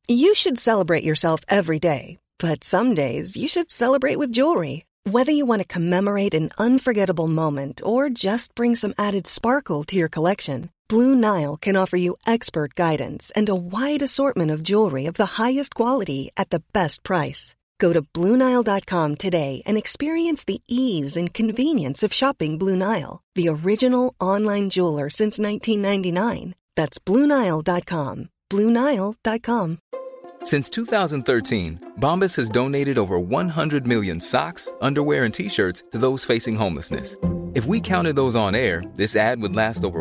You should celebrate yourself every day, but some days you should celebrate with jewelry. Whether you want to commemorate an unforgettable moment or just bring some added sparkle to your collection, Blue Nile can offer you expert guidance and a wide assortment of jewelry of the highest quality at the best price. Go to BlueNile.com today and experience the ease and convenience of shopping Blue Nile, the original online jeweler since 1999. That's BlueNile.com. BlueNile.com. Since 2013, Bombas has donated over 100 million socks, underwear, and T-shirts to those facing homelessness. If we counted those on air, this ad would last over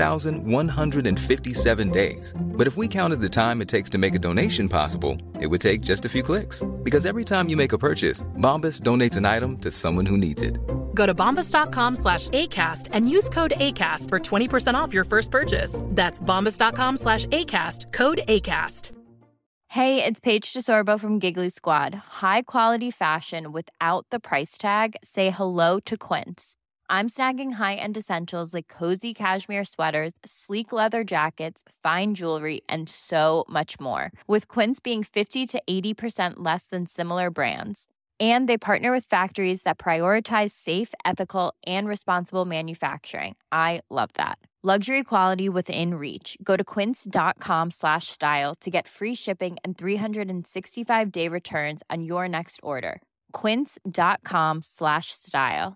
1,157 days. But if we counted the time it takes to make a donation possible, it would take just a few clicks. Because every time you make a purchase, Bombas donates an item to someone who needs it. Go to bombas.com/ACAST and use code ACAST for 20% off your first purchase. That's bombas.com/ACAST, code ACAST. Hey, it's Paige DeSorbo from Giggly Squad. High quality fashion without the price tag. Say hello to Quince. I'm snagging high-end essentials like cozy cashmere sweaters, sleek leather jackets, fine jewelry, and so much more. With Quince being 50 to 80% less than similar brands. And they partner with factories that prioritize safe, ethical, and responsible manufacturing. I love that. Luxury quality within reach. Go to quince.com/style to get free shipping and 365-day returns on your next order. Quince.com/style.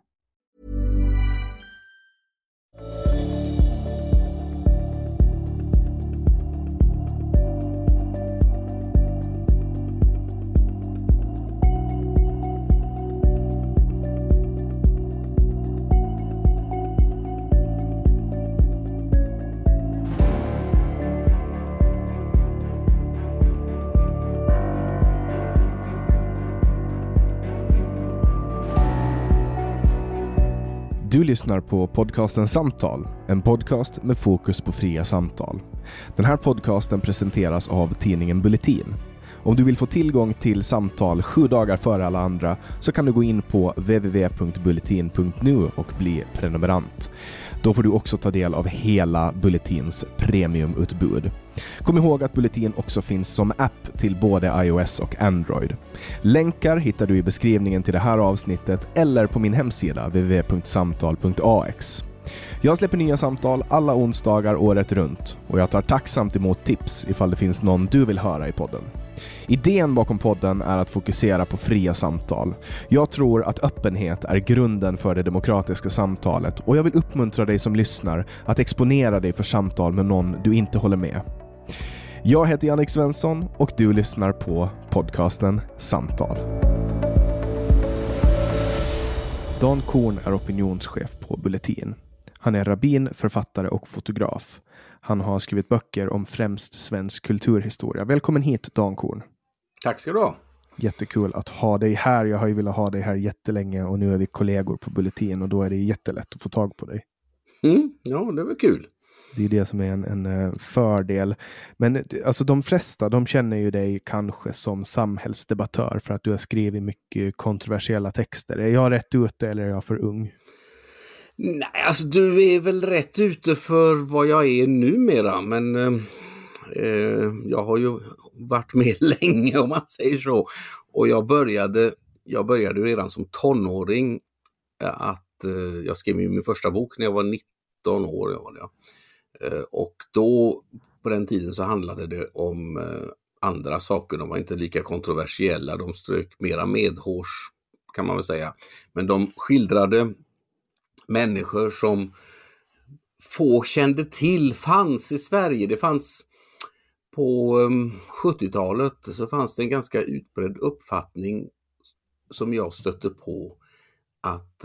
Du lyssnar på podcasten Samtal, en podcast med fokus på fria samtal. Den här podcasten presenteras av tidningen Bulletin. Om du vill få tillgång till samtal 7 dagar före alla andra så kan du gå in på www.bulletin.nu och bli prenumerant. Då får du också ta del av hela Bulletins premiumutbud. Kom ihåg att Bulletin också finns som app till både iOS och Android. Länkar hittar du i beskrivningen till det här avsnittet eller på min hemsida www.samtal.ax. Jag släpper nya samtal alla onsdagar året runt och jag tar tacksamt emot tips ifall det finns någon du vill höra i podden. Idén bakom podden är att fokusera på fria samtal. Jag tror att öppenhet är grunden för det demokratiska samtalet och jag vill uppmuntra dig som lyssnar att exponera dig för samtal med någon du inte håller med. Jag heter Jannik Svensson och du lyssnar på podcasten Samtal. Dan Korn är opinionschef på Bulletin. Han är rabbin, författare och fotograf. Han har skrivit böcker om främst svensk kulturhistoria. Välkommen hit, Dan Korn. Tack ska du ha. Jättekul att ha dig här. Jag har ju velat ha dig här jättelänge och nu är vi kollegor på Bulletin och då är det jättelätt att få tag på dig. Ja, det var kul. Det är det som är en fördel. Men alltså de flesta, de känner ju dig kanske som samhällsdebattör för att du har skrivit mycket kontroversiella texter. Är jag rätt ute eller är jag för ung? Nej, alltså du är väl rätt ute för vad jag är numera, men jag har ju varit med länge om man säger så. Och jag började redan som tonåring jag skrev min första bok när jag var 19 år. Och då på den tiden så handlade det om andra saker. De var inte lika kontroversiella, de strök mera medhårs kan man väl säga. Men de skildrade människor som få kände till fanns i Sverige. Det fanns på 70-talet så fanns det en ganska utbredd uppfattning som jag stötte på att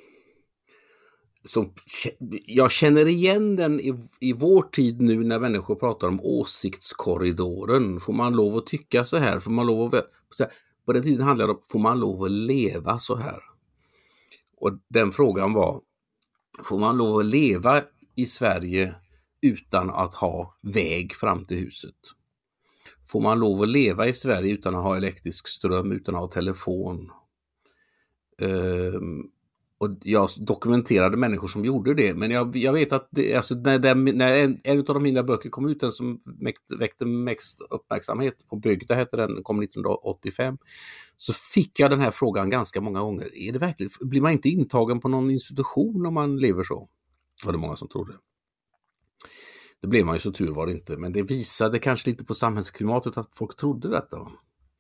jag känner igen den i vår tid nu när människor pratar om åsiktskorridoren. Får man lov att tycka så här? Får man lov att, på den tiden handlade det om, får man lov att leva så här? Och den frågan var, får man lov att leva i Sverige utan att ha väg fram till huset? Får man lov att leva i Sverige utan att ha elektrisk ström, utan att ha telefon? Och jag dokumenterade människor som gjorde det. Men jag vet att alltså när en av mina böcker kom ut, den som väckte mest uppmärksamhet på Bygda, hette den, kom 1985. Så fick jag den här frågan ganska många gånger. Är det verkligen, blir man inte intagen på någon institution om man lever så? Var det många som trodde. Det blev man ju, så tur var det inte. Men det visade kanske lite på samhällsklimatet att folk trodde detta.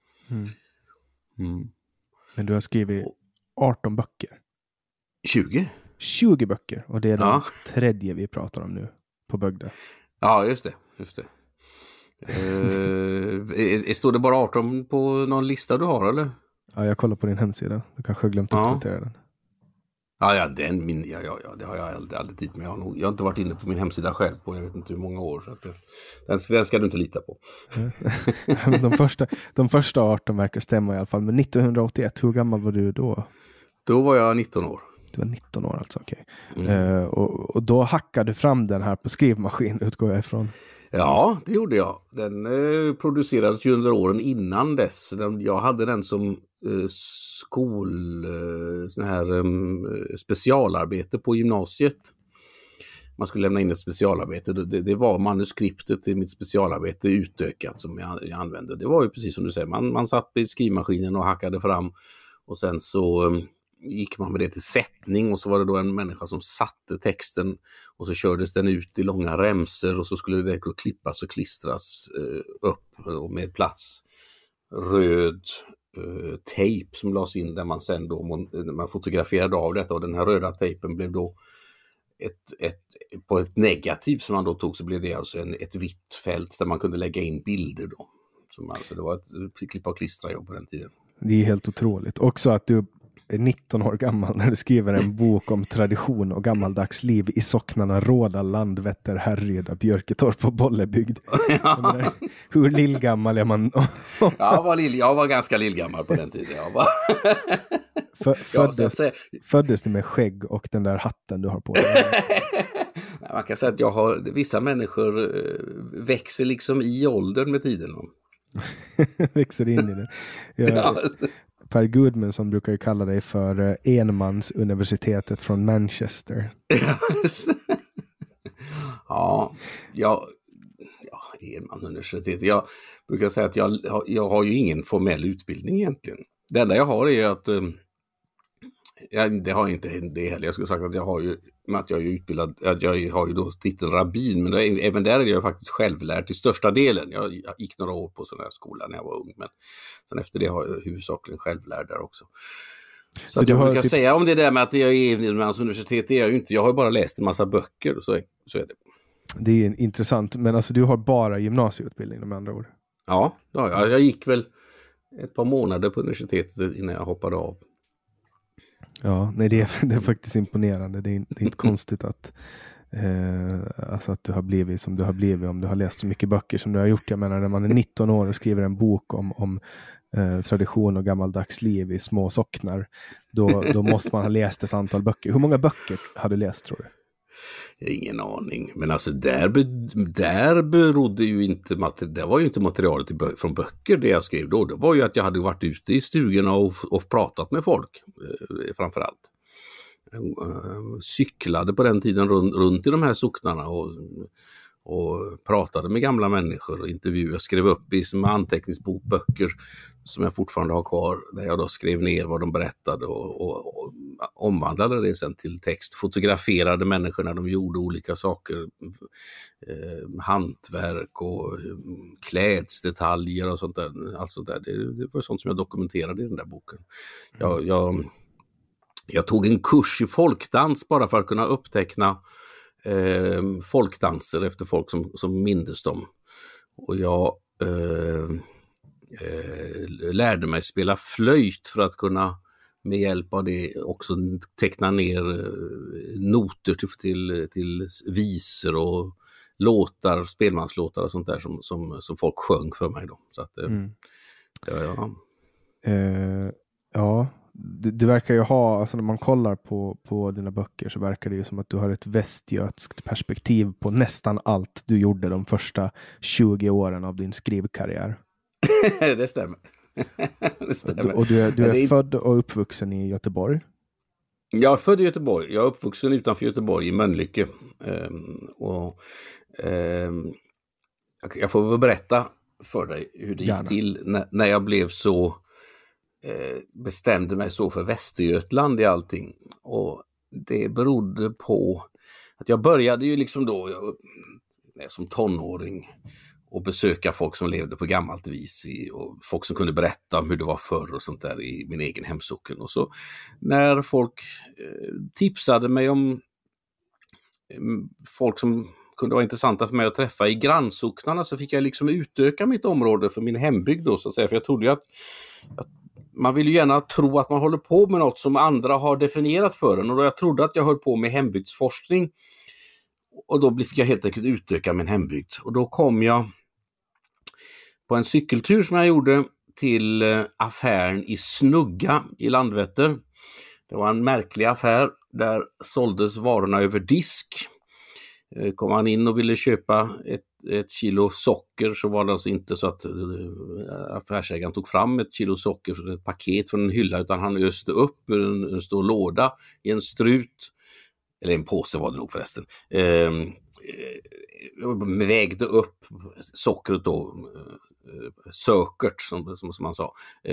Men du har skrivit 18 böcker. 20 böcker. Och det är den tredje vi pratar om nu på Bygda. Ja, just det. Står det bara 18 på någon lista du har, eller? Ja, jag kollar på din hemsida. Du kanske har glömt att uppdatera den. Ja, det har jag aldrig tid med. Jag har inte varit inne på min hemsida själv på jag vet inte hur många år. Så att den ska du inte lita på. de första 18 verkar stämma i alla fall. Men 1981, hur gammal var du då? Då var jag 19 år. Du var 19 år alltså, okej. Och då hackade du fram den här på skrivmaskin, utgår jag ifrån. Ja, det gjorde jag. Den producerades ju under åren innan dess. Jag hade den som specialarbete på gymnasiet. Man skulle lämna in ett specialarbete. Det var manuskriptet till mitt specialarbete utökat som jag använde. Det var ju precis som du säger. Man satt i skrivmaskinen och hackade fram. Och sen så gick man med det till sättning. Och så var det då en människa som satte texten. Och så kördes den ut i långa remser. Och så skulle det klippas och klistras upp. Och med plats röd tejp som lades in där man sen då man fotograferade av detta, och den här röda tejpen blev då på ett negativ som man då tog, så blev det alltså ett vitt fält där man kunde lägga in bilder då. Som alltså det var ett klippa och klistra jobb på den tiden. Det är helt otroligt. Också att du är 19 år gammal när du skriver en bok om tradition och gammaldags liv i socknarna Råda, Landvetter, Härryda, Björketorp och Bollebygd. Ja. Hur lillgammal är man? Jag var ganska lillgammal på den tiden. Föddes du med skägg och den där hatten du har på dig? Man kan säga att vissa människor växer liksom i åldern med tiden. Växer in i det. Per Goodman som brukar ju kalla dig för enmansuniversitetet från Manchester. Enmansuniversitet. Jag brukar säga att jag har ju ingen formell utbildning egentligen. Det enda jag har är att det har inte det heller. Jag skulle sagt att jag har ju utbildad, att jag har ju då titeln rabbin, men även där är jag faktiskt självlärd till största delen. Jag gick några år på sån här skola när jag var ung, men sen efter det har jag huvudsakligen självlärd där också. Så att jag brukar säga om det där med att jag är Enmans universitet, det är jag ju inte. Jag har ju bara läst en massa böcker, så är det. Det är intressant, men alltså du har bara gymnasieutbildning med andra ord? Ja, jag gick väl ett par månader på universitetet innan jag hoppade av. Ja, nej, det är faktiskt imponerande. Det är inte konstigt att att du har blivit som du har blivit om du har läst så mycket böcker som du har gjort. Jag menar, när man är 19 år och skriver en bok om tradition och gammaldags liv i små socknar, då måste man ha läst ett antal böcker. Hur många böcker har du läst, tror du? Ingen aning, men alltså där berodde ju inte det var ju inte materialet från böcker det jag skrev då. Det var ju att jag hade varit ute i stugorna och pratat med folk framförallt. Cyklade på den tiden runt i de här socknarna och pratade med gamla människor och intervjuade, skrev upp i som anteckningsbokböcker som jag fortfarande har kvar, där jag då skrev ner vad de berättade och omvandlade det sen till text, fotograferade människor när de gjorde olika saker, hantverk och klädsdetaljer och sånt där. Alltså det var sånt som jag dokumenterade i den där boken. Jag tog en kurs i folkdans bara för att kunna uppteckna folkdanser efter folk som mindes dem. Och jag lärde mig spela flöjt för att kunna med hjälp av det också teckna ner noter till visor och låtar, spelmanslåtar och sånt där som folk sjöng för mig då. Så att ja. Du verkar ju ha, alltså när man kollar på dina böcker så verkar det ju som att du har ett västgötskt perspektiv på nästan allt du gjorde de första 20 åren av din skrivkarriär. Det stämmer. Och du är född och uppvuxen i Göteborg. Jag är född i Göteborg. Jag är uppvuxen utanför Göteborg i Mölnlycke. Jag får väl berätta för dig hur det gick till när jag blev så bestämde mig så för Västergötland i allting. Och det berodde på att jag började ju liksom då som tonåring och besöka folk som levde på gammalt vis och folk som kunde berätta om hur det var förr och sånt där i min egen hemsocken. Och så när folk tipsade mig om folk som kunde vara intressanta för mig att träffa i grannsocknarna, så fick jag liksom utöka mitt område för min hembygd då, så att säga. För jag trodde ju att man vill ju gärna tro att man håller på med något som andra har definierat för en, och då jag trodde att jag höll på med hembygdsforskning, och då fick jag helt enkelt utöka min hembygd. Och då kom jag på en cykeltur som jag gjorde till affären i Snugga i Landvetter. Det var en märklig affär, där såldes varorna över disk. Kom man in och ville köpa ett kilo socker, så var det alltså inte så att affärsägaren tog fram ett kilo socker för ett paket från en hylla, utan han öste upp ur en stor låda i en strut, eller en påse var det nog förresten, vägde upp sockret då, sökert som man sa,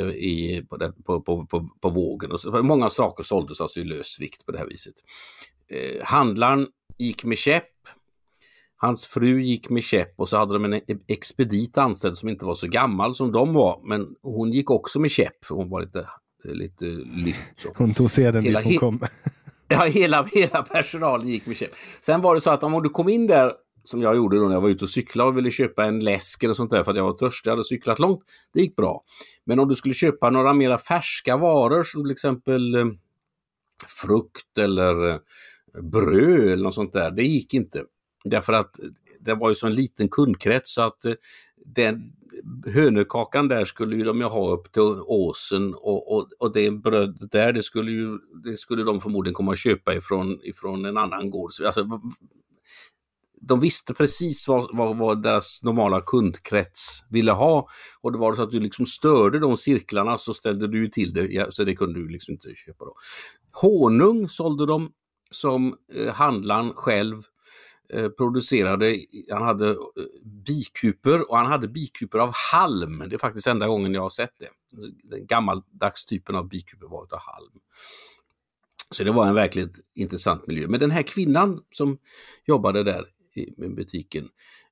på vågen. Och så, många saker såldes alltså i lösvikt på det här viset. Handlaren gick med käpp, hans fru gick med käpp, och så hade de en expedit anställd som inte var så gammal som de var, men hon gick också med käpp för hon var lite lytt. Hon tog seden dit hon kom. Ja, hela personalen gick med käpp. Sen var det så att om du kom in där, som jag gjorde då när jag var ute och cyklade och ville köpa en läsk eller sånt där för att jag var törstig, jag hade cyklat långt, det gick bra. Men om du skulle köpa några mera färska varor, som till exempel frukt eller bröd eller något sånt där, det gick inte. Därför att det var ju så en liten kundkrets, så att den hönökakan där skulle ju de ju ha upp till åsen, och det brödet där, det skulle de förmodligen komma att köpa ifrån en annan gård. Alltså, de visste precis vad deras normala kundkrets ville ha, och det var så att du liksom störde de cirklarna, så ställde du ju till det, så det kunde du liksom inte köpa då. Honung sålde de, som handlaren själv producerade. Han hade bikuper, och han hade bikuper av halm. Det är faktiskt enda gången jag har sett det. Den gammaldags typen av bikuper var av halm. Så det var en verkligt intressant miljö. Men den här kvinnan som jobbade där i butiken,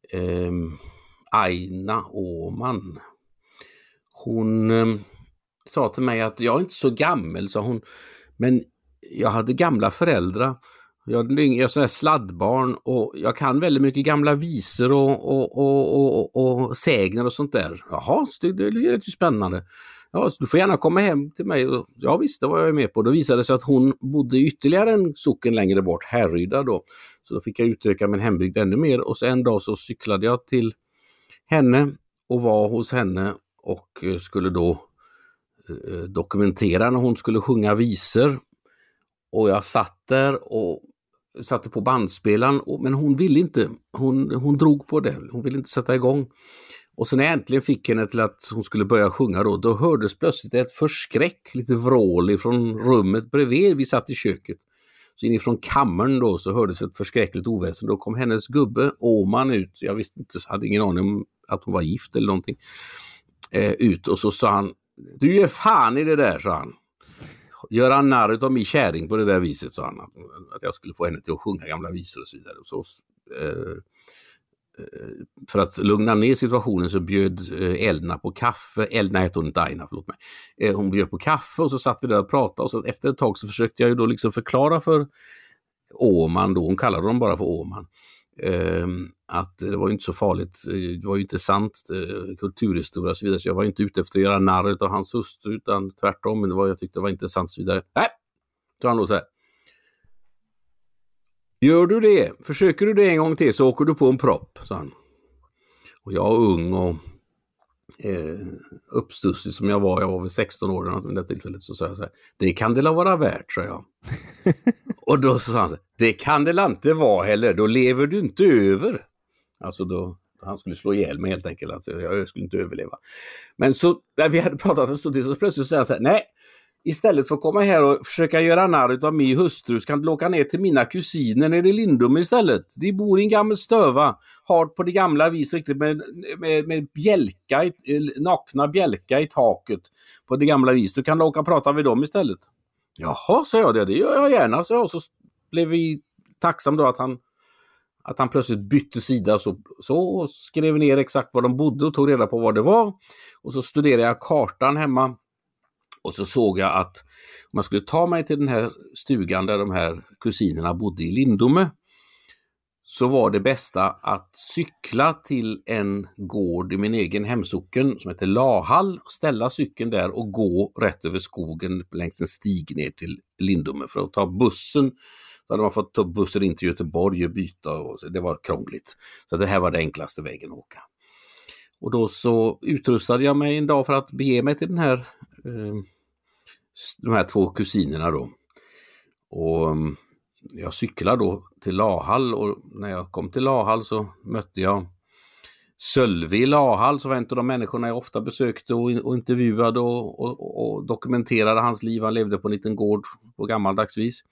Aina Åman, hon sa till mig att jag är inte så gammal, sa hon, men jag hade gamla föräldrar. Jag är sån här sladdbarn, och jag kan väldigt mycket gamla visor och sägner och sånt där. Jaha, det är ju spännande. Ja, så du får gärna komma hem till mig. Ja visst, det var jag med på. Då visade det sig att hon bodde ytterligare en socken längre bort, Härryda då. Så då fick jag utöka min hembygd ännu mer, och så en dag så cyklade jag till henne och var hos henne och skulle då dokumentera när hon skulle sjunga visor. Och jag satt där och satte på bandspelaren, men hon ville inte, hon drog på det, hon ville inte sätta igång. Och så när jag äntligen fick henne till att hon skulle börja sjunga då hördes plötsligt ett förskräckligt vrål ifrån rummet bredvid. Vi satt i köket. Så inifrån kammaren då så hördes ett förskräckligt oväsen. Då kom hennes gubbe Åman ut. Jag visste inte, hade ingen aning om att hon var gift eller någonting. Ut, och så sa han: du är fan i det där, sa han. Göra narr av min kärring på det där viset, sa han. Att jag skulle få henne till att sjunga gamla visor och så vidare. Och så, för att lugna ner situationen så bjöd Elna på kaffe. Elna heter hon inte, Aina, förlåt mig. Hon bjöd på kaffe, och så satt vi där och pratade, och så efter ett tag så försökte jag ju då liksom förklara för Åman då, hon kallade dem bara för Åman, att det var ju inte så farligt, det var ju inte sant kulturhistoria och så vidare, så jag var inte ute efter att göra narr av hans hustru, utan tvärtom, men jag tyckte det var intressant och så vidare. Nej, så han då så här: gör du det, försöker du det en gång till så åker du på en propp, sa han. Och jag ung och uppstussig som jag var väl 16 år vid det tillfället, så sa jag så här: det kan det vara värt, sa jag. Och då sa han så här: det kan det inte vara heller, då lever du inte över. Alltså då han skulle slå ihjäl mig helt enkelt, alltså jag skulle inte överleva. Men så när vi hade pratat en stund till, så plötsligt sa han så här: nej, istället för att komma här och försöka göra narr av min hustru, så kan du åka ner till mina kusiner nere i Lindome istället. De bor i en gammal stöva, har på det gamla vis riktigt med bjälka, nakna bjälka i taket på det gamla vis. Du kan åka och prata med dem istället. Jaha, sa jag, det gör jag gärna. Så blev vi tacksam då att han plötsligt bytte sida, så skrev ner exakt var de bodde och tog reda på vad det var. Och så studerade jag kartan hemma. Och så såg jag att om jag skulle ta mig till den här stugan där de här kusinerna bodde i Lindome, så var det bästa att cykla till en gård i min egen hemsocken som heter Lahall, ställa cykeln där och gå rätt över skogen längs en stig ner till Lindome. För att ta bussen så hade man fått ta bussen in till Göteborg och byta, och så det var krångligt. Så det här var den enklaste vägen att åka. Och då så utrustade jag mig en dag för att bege mig till de här två kusinerna då. Och jag cyklade då till Lahall, och när jag kom till Lahall så mötte jag Sölve i Lahall, som var en av de människorna jag ofta besökte och intervjuade och dokumenterade hans liv. Han levde på en liten gård på gammaldags vis.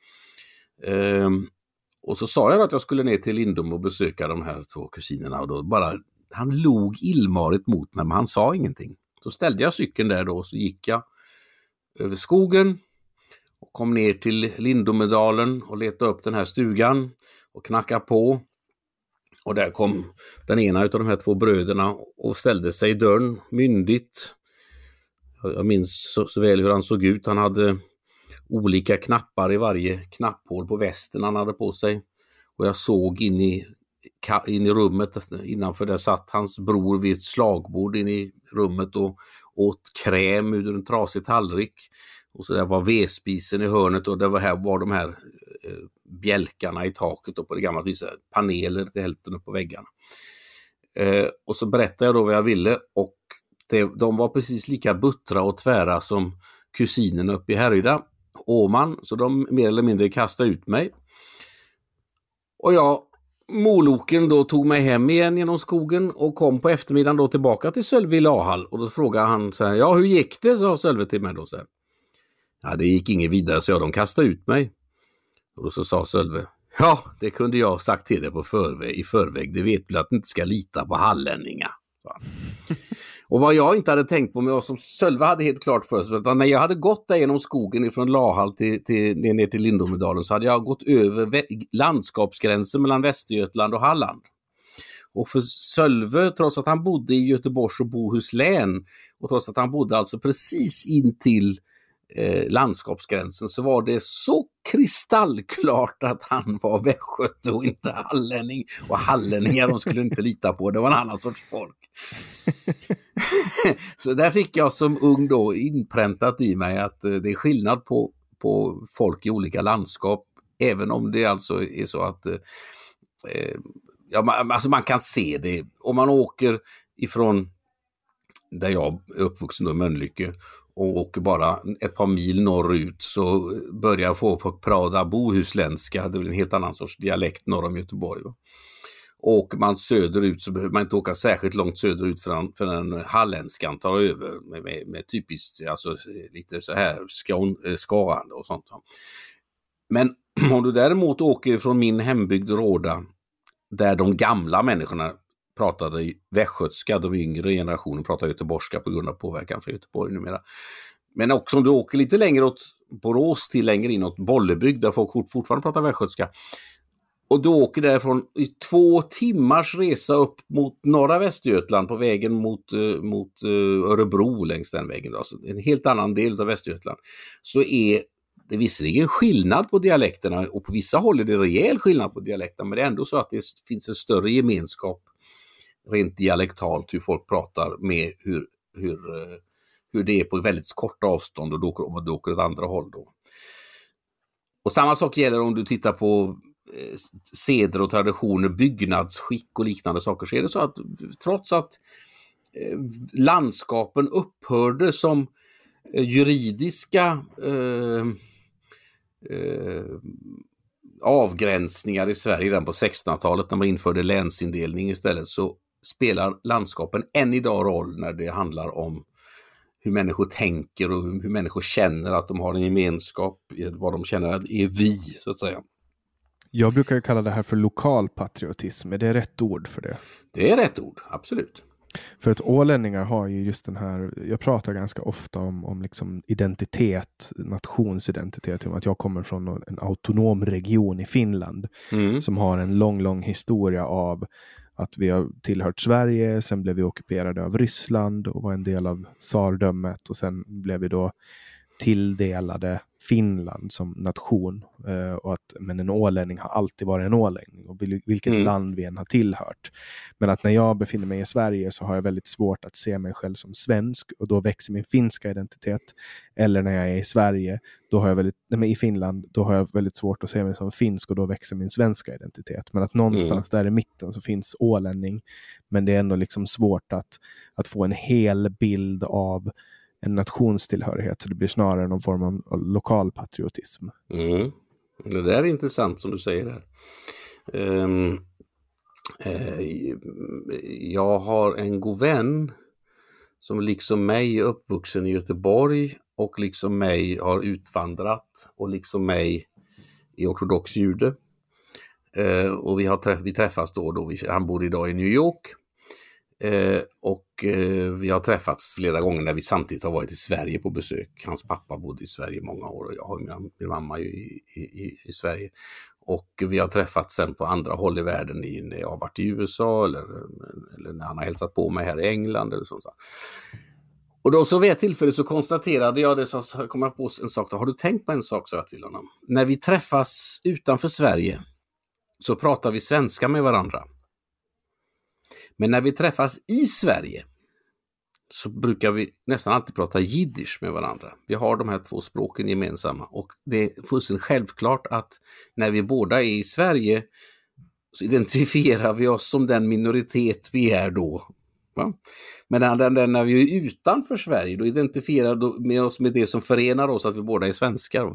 Och så sa jag att jag skulle ner till Lindome och besöka de här två kusinerna, och då bara, han log illmarigt mot mig, men han sa ingenting. Så ställde jag cykeln där då, och så gick jag över skogen och kom ner till Lindomedalen och letade upp den här stugan och knackade på. Och där kom den ena av de här två bröderna och ställde sig i dörren, myndigt. Jag minns så väl hur han såg ut. Han hade olika knappar i varje knapphål på västen han hade på sig. Och jag såg in i rummet innanför, där satt hans bror vid ett slagbord in i rummet och åt kräm ur en trasig tallrik. Och så där var vedspisen i hörnet, och det var de här bjälkarna i taket och på det gamla vissa paneler till hälften upp på väggarna. Och så berättade jag då vad jag ville, och de var precis lika buttra och tvära som kusinen uppe i Härryda, Åman, så de mer eller mindre kastade ut mig. Och jag, moloken, då tog mig hem igen genom skogen och kom på eftermiddagen då tillbaka till Sölve i Lahall, och då frågade han så här: ja, hur gick det? Sa Sölve till mig då så här. Ja, det gick inget vidare, så de kastade ut mig. Och då så sa Sölve: ja, det kunde jag ha sagt till dig i förväg. Det vet du att du inte ska lita på hallänningar. Och vad jag inte hade tänkt på, men som Sölve hade helt klart för sig, att när jag hade gått där genom skogen ifrån Lahall ner till Lindomedalen, så hade jag gått över landskapsgränsen mellan Västergötland och Halland. Och för Sölve, trots att han bodde i Göteborgs och Bohus län, och trots att han bodde alltså precis in till landskapsgränsen, så var det så kristallklart att han var västgöte och inte hallänning, och hallänningar de skulle inte lita på, det var en annan sorts folk. Så där fick jag som ung då inpräntat i mig att det är skillnad på folk i olika landskap, även om det alltså är så att alltså man kan se det om man åker ifrån där jag är uppvuxen då, Mölnlycke, och åker bara ett par mil norrut, så börjar jag få på prata bohuslänska. Det är en helt annan sorts dialekt norr om Göteborg. Va? Åker man söderut så behöver man inte åka särskilt långt söderut förrän halländskan tar över med typiskt, alltså lite så här skarande och sånt. Va? Men om du däremot åker från min hembygd Råda, där de gamla människorna pratade västgötska, de yngre generationen pratar göteborgska på grund av påverkan från Göteborg numera. Men också om du åker lite längre åt Borås till längre inåt Bollebygd, där folk fortfarande pratar västgötska, och du åker därifrån i 2 timmars resa upp mot norra Västergötland på vägen mot Örebro längs den vägen, alltså en helt annan del av Västergötland, så är det visserligen skillnad på dialekterna, och på vissa håll är det rejäl skillnad på dialekterna, men det är ändå så att det finns en större gemenskap rent dialektalt, hur folk pratar, med hur det är på väldigt kort avstånd, och då du åker åt andra håll då. Och samma sak gäller om du tittar på seder och traditioner, byggnadsskick och liknande saker, så är det så att trots att landskapen upphörde som juridiska avgränsningar i Sverige redan på 1600-talet, när man införde länsindelning istället, så spelar landskapen än idag roll när det handlar om hur människor tänker och hur människor känner att de har en gemenskap, vad de känner att är vi, så att säga. Jag brukar kalla det här för lokal patriotism. Är det rätt ord för det? Det är rätt ord, absolut. För att ålänningar har ju just den här, jag pratar ganska ofta om liksom identitet, nationsidentitet, att jag kommer från en autonom region i Finland som har en lång historia av att vi har tillhört Sverige, sen blev vi ockuperade av Ryssland och var en del av tsardömet och sen blev vi då tilldelade Finland som nation, men en ålänning har alltid varit en ålänning och vilket land vi än har tillhört. Men att när jag befinner mig i Sverige så har jag väldigt svårt att se mig själv som svensk och då växer min finska identitet. Eller när jag är i Sverige, då har jag i Finland, då har jag väldigt svårt att se mig som finsk och då växer min svenska identitet. Men att någonstans där i mitten så finns ålänning, men det är ändå liksom svårt att få en hel bild av en nationstillhörighet, så det blir snarare någon form av lokal patriotism. Det där är intressant som du säger där. Jag har en god vän som liksom mig är uppvuxen i Göteborg och liksom mig har utvandrat och liksom mig är ortodox jude. Och vi träffas då. Han bor idag i New York. Och vi har träffats flera gånger när vi samtidigt har varit i Sverige på besök. Hans pappa bodde i Sverige i många år och jag har min mamma i Sverige. Och vi har träffats sen på andra håll i världen när jag har varit i USA eller när han har hälsat på mig här i England eller så. Och då så vid ett tillfälle så konstaterade jag det, så kom jag på en sak. Har du tänkt på en sak, sa jag till honom. När vi träffas utanför Sverige så pratar vi svenska med varandra. Men när vi träffas i Sverige så brukar vi nästan alltid prata jiddisch med varandra. Vi har de här två språken gemensamma och det är fullständigt självklart att när vi båda är i Sverige så identifierar vi oss som den minoritet vi är då. Va? Men när vi är utanför Sverige då identifierar vi oss med det som förenar oss, att vi båda är svenskar.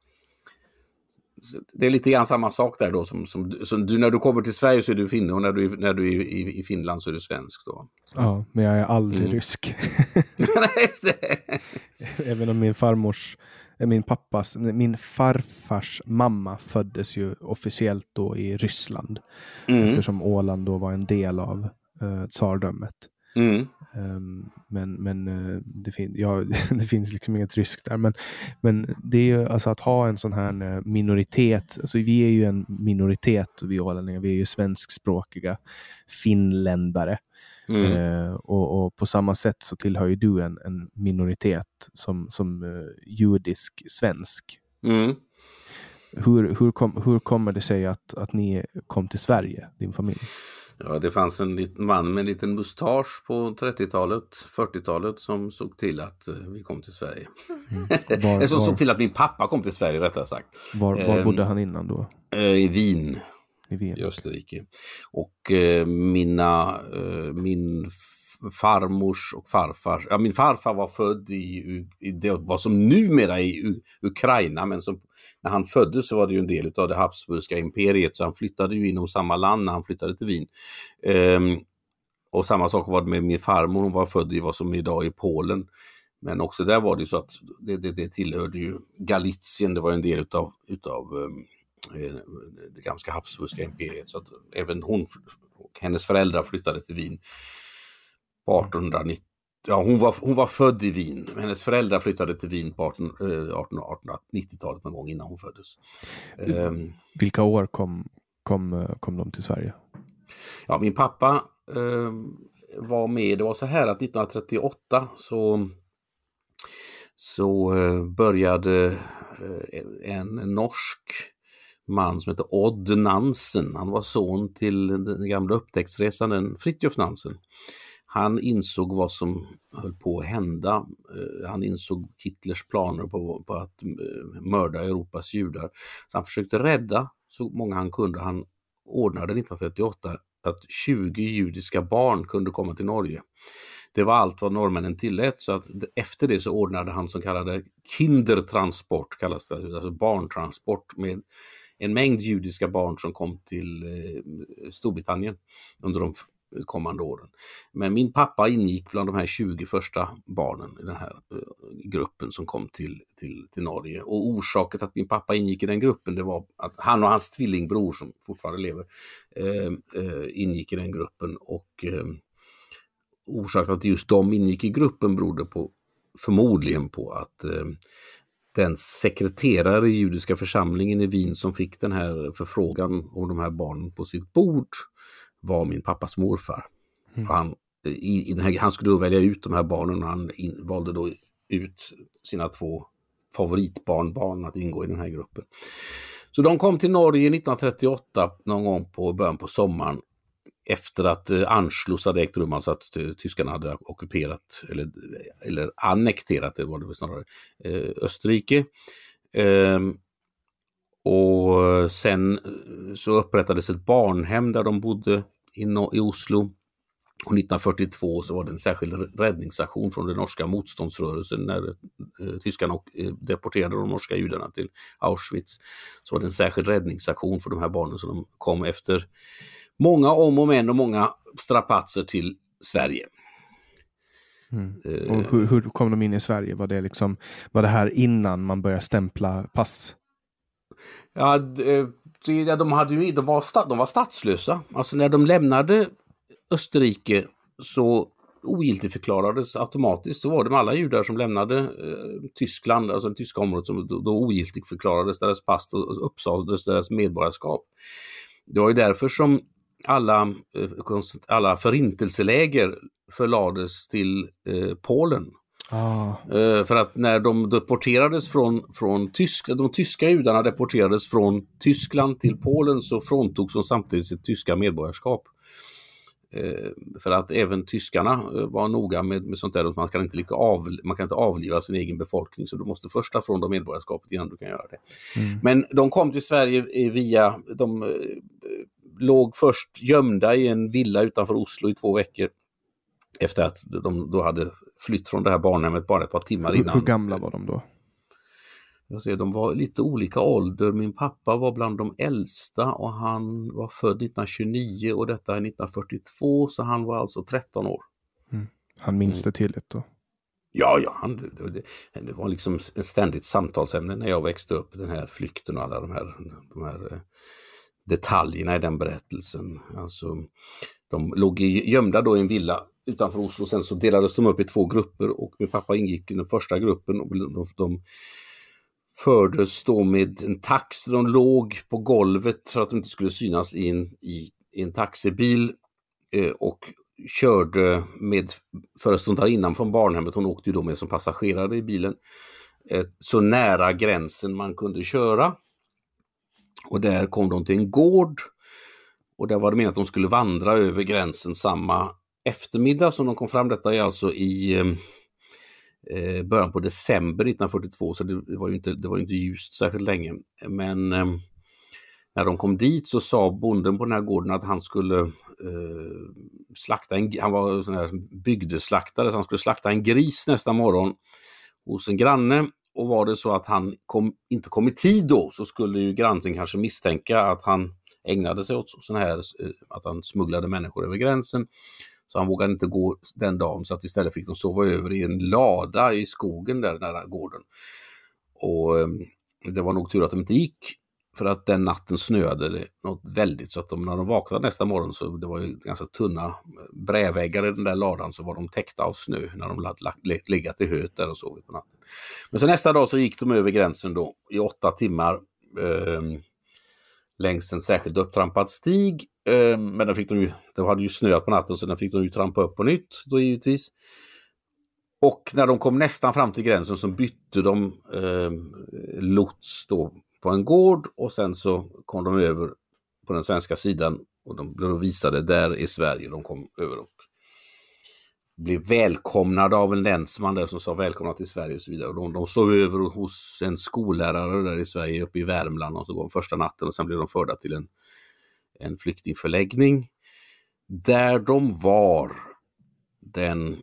Det är lite grann samma sak där då som du, när du kommer till Sverige så är du finne och när du är i Finland så är du svensk då. Så. Ja, men jag är aldrig rysk. Nej, det. Även om min farfars mamma föddes ju officiellt då i Ryssland. Eftersom Åland då var en del av tsardömet. Men det finns liksom inget ryskt där, men det är ju alltså att ha en sån här minoritet, alltså vi är ju en minoritet och vi ålänningar, vi är ju svenskspråkiga finländare och på samma sätt så tillhör ju du en minoritet som judisk svensk. Hur kommer det sig att ni kom till Sverige, din familj? Ja, det fanns en liten man med en liten mustasch på 30-talet, 40-talet som såg till att vi kom till Sverige. Som såg till att min pappa kom till Sverige, rättare sagt. Var bodde han innan då? I Wien. I Österrike. Och min farmors och farfars... Ja, min farfar var född i det vad som numera är Ukraina, men som, när han föddes så var det ju en del av det Habsburgska imperiet, så han flyttade ju inom samma land när han flyttade till Wien. Och samma sak var det med min farmor, hon var född i vad som idag är Polen. Men också där var det så att det tillhörde ju Galizien, det var en del utav det gamla Habsburgska imperiet, så att även hon och hennes föräldrar flyttade till Wien på 1890. Ja, hon var född i Wien, men hennes föräldrar flyttade till Wien på 1890-talet någon gång innan hon föddes. Vilka år kom de till Sverige? Ja, min pappa var med. Det var så här att 1938 så började en norsk man som heter Odd Nansen. Han var son till den gamla upptäcktsresanden Fridtjof Nansen. Han insåg vad som höll på att hända. Han insåg Hitlers planer på att mörda Europas judar. Så han försökte rädda så många han kunde. Han ordnade 1938 att 20 judiska barn kunde komma till Norge. Det var allt vad norrmännen tillät, så att efter det så ordnade han som kallade kindertransport, kallas det, alltså barntransport med en mängd judiska barn som kom till Storbritannien under de kommande åren. Men min pappa ingick bland de här 20 första barnen i den här gruppen som kom till Norge. Och orsaken till att min pappa ingick i den gruppen, det var att han och hans tvillingbror som fortfarande lever ingick i den gruppen. Och orsaken att just de ingick i gruppen berodde förmodligen på att den sekreterare i judiska församlingen i Wien som fick den här förfrågan om de här barnen på sitt bord var min pappas morfar. Och han skulle då välja ut de här barnen och han valde då ut sina 2 favoritbarnbarn att ingå i den här gruppen. Så de kom till Norge 1938 någon gång på början på sommaren efter att Anschluss hade ägt rum, alltså att tyskarna hade ockuperat eller annekterat, det var det snarare, Österrike. Och sen så upprättades ett barnhem där de bodde i Oslo. Och 1942 så var det en särskild räddningsaktion från den norska motståndsrörelsen när tyskarna deporterade de norska judarna till Auschwitz. Så var det en särskild räddningsaktion för de här barnen, så de kom efter många om och men och många strapatser till Sverige. Och hur kom de in i Sverige? Var det här innan man började stämpla pass? Ja, de var statslösa. Alltså när de lämnade Österrike så ogiltigförklarades automatiskt, så var det med alla judar som lämnade Tyskland, alltså det tyska området, som då ogiltigförklarades deras pass och uppsades deras medborgarskap. Det var ju därför som alla förintelseläger förlades till Polen. För att när de deporterades från Tyskland, de tyska judarna deporterades från Tyskland till Polen, så fråntogs de samtidigt sitt tyska medborgarskap. För att även tyskarna var noga med sånt där, att man kan inte avliva sin egen befolkning, så du måste först ta från dem medborgarskapet innan du kan göra det. Men de kom till Sverige de låg först gömda i en villa utanför Oslo i 2 veckor efter att de då hade flytt från det här barnhemmet bara ett par timmar innan. Hur gamla var de då? De var lite olika ålder. Min pappa var bland de äldsta och han var född 1929 och detta är 1942, så han var alltså 13 år. Han minns det tydligt då? Ja, det var liksom ett ständigt samtalsämne när jag växte upp, den här flykten och alla de här detaljerna i den berättelsen. Alltså, de låg gömda då i en villa utanför Oslo, sen så delades de upp i 2 grupper och min pappa ingick i den första gruppen och de fördes då med en taxi. De låg på golvet för att de inte skulle synas i en taxibil och körde med föreståndarinnan från barnhemmet. Hon åkte ju då med som passagerare i bilen så nära gränsen man kunde köra. Och där kom de till en gård och där var det menat att de skulle vandra över gränsen samma eftermiddag som de kom fram. Detta är alltså i början på december 1942, så det var ju inte ljust särskilt länge. Men när de kom dit så sa bonden på den här gården att han skulle slakta han var sån här bygdeslaktare, så han skulle slakta en gris nästa morgon hos en granne. Och var det så att han inte kom i tid då, så skulle ju grannen kanske misstänka att han ägnade sig åt sån här, att han smugglade människor över gränsen. Så han vågade inte gå den dagen, så att istället fick de sova över i en lada i skogen där nära gården. Och det var nog tur att de inte gick, för att den natten snöade det något väldigt, så att när de vaknade nästa morgon, så det var ju ganska tunna bräväggar i den där ladan, så var de täckta av snö när de legat i höet där och sovit på natten. Men så nästa dag så gick de över gränsen då i 8 timmar längs en särskilt upptrampad stig. Men det hade ju snöat på natten, så den fick de ju trampa upp på nytt då givetvis. Och när de kom nästan fram till gränsen så bytte de lots då på en gård, och sen så kom de över på den svenska sidan och de blev visade där i Sverige. De kom över och blev välkomnade av en länsman där som sa välkomna till Sverige och så vidare. Och de stod över hos en skollärare där i Sverige uppe i Värmland, och så går de första natten och sen blev de förda till en flyktingförläggning där de var den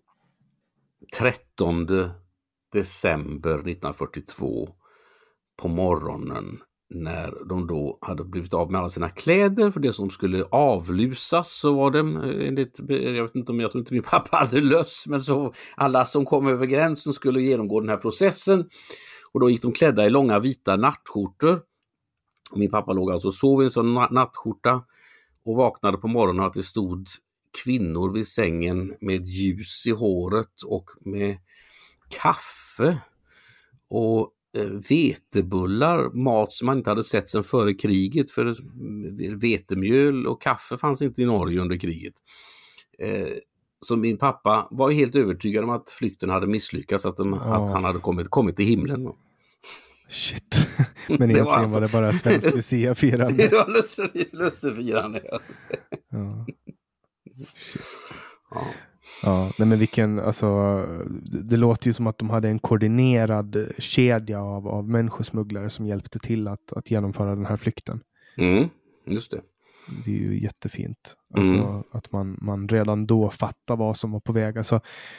13 december 1942 på morgonen när de då hade blivit av med alla sina kläder för det som skulle avlusas, så var det enligt, jag tror inte min pappa hade löss, men så alla som kom över gränsen skulle genomgå den här processen, och då gick de klädda i långa vita nattskjortor. Min pappa låg alltså och sov i en sån nattskjorta och vaknade på morgonen att det stod kvinnor vid sängen med ljus i håret och med kaffe och vetebullar, mat som man inte hade sett sedan före kriget, för vetemjöl och kaffe fanns inte i Norge under kriget. Så min pappa var helt övertygad om att flykten hade misslyckats, att han hade kommit till himlen. Shit. Men egentligen var det bara svensk Lucia-firande. Det var lussefirande, just det. Ja. Shit. Ja, nej, men det låter ju som att de hade en koordinerad kedja av människosmugglare som hjälpte till att genomföra den här flykten. Just det. Det är ju jättefint. Alltså att man redan då fattar vad som var på väg. Alltså,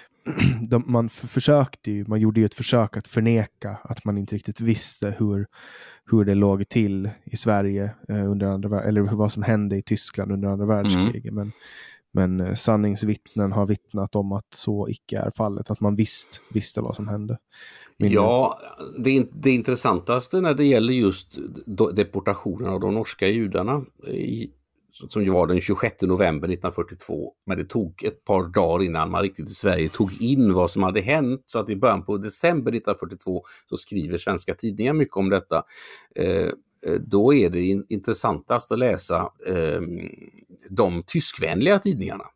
man gjorde ju ett försök att förneka att man inte riktigt visste hur det låg till i Sverige eller vad som hände i Tyskland under andra världskriget. Men sanningsvittnen har vittnat om att så icke är fallet, att man visste vad som hände. Ja, det intressantaste när det gäller just deportationen av de norska judarna som ju var den 26 november 1942, men det tog ett par dagar innan man riktigt i Sverige tog in vad som hade hänt, så att i början på december 1942 så skriver svenska tidningar mycket om detta. Då är det intressantast att läsa de tyskvänliga tidningarna.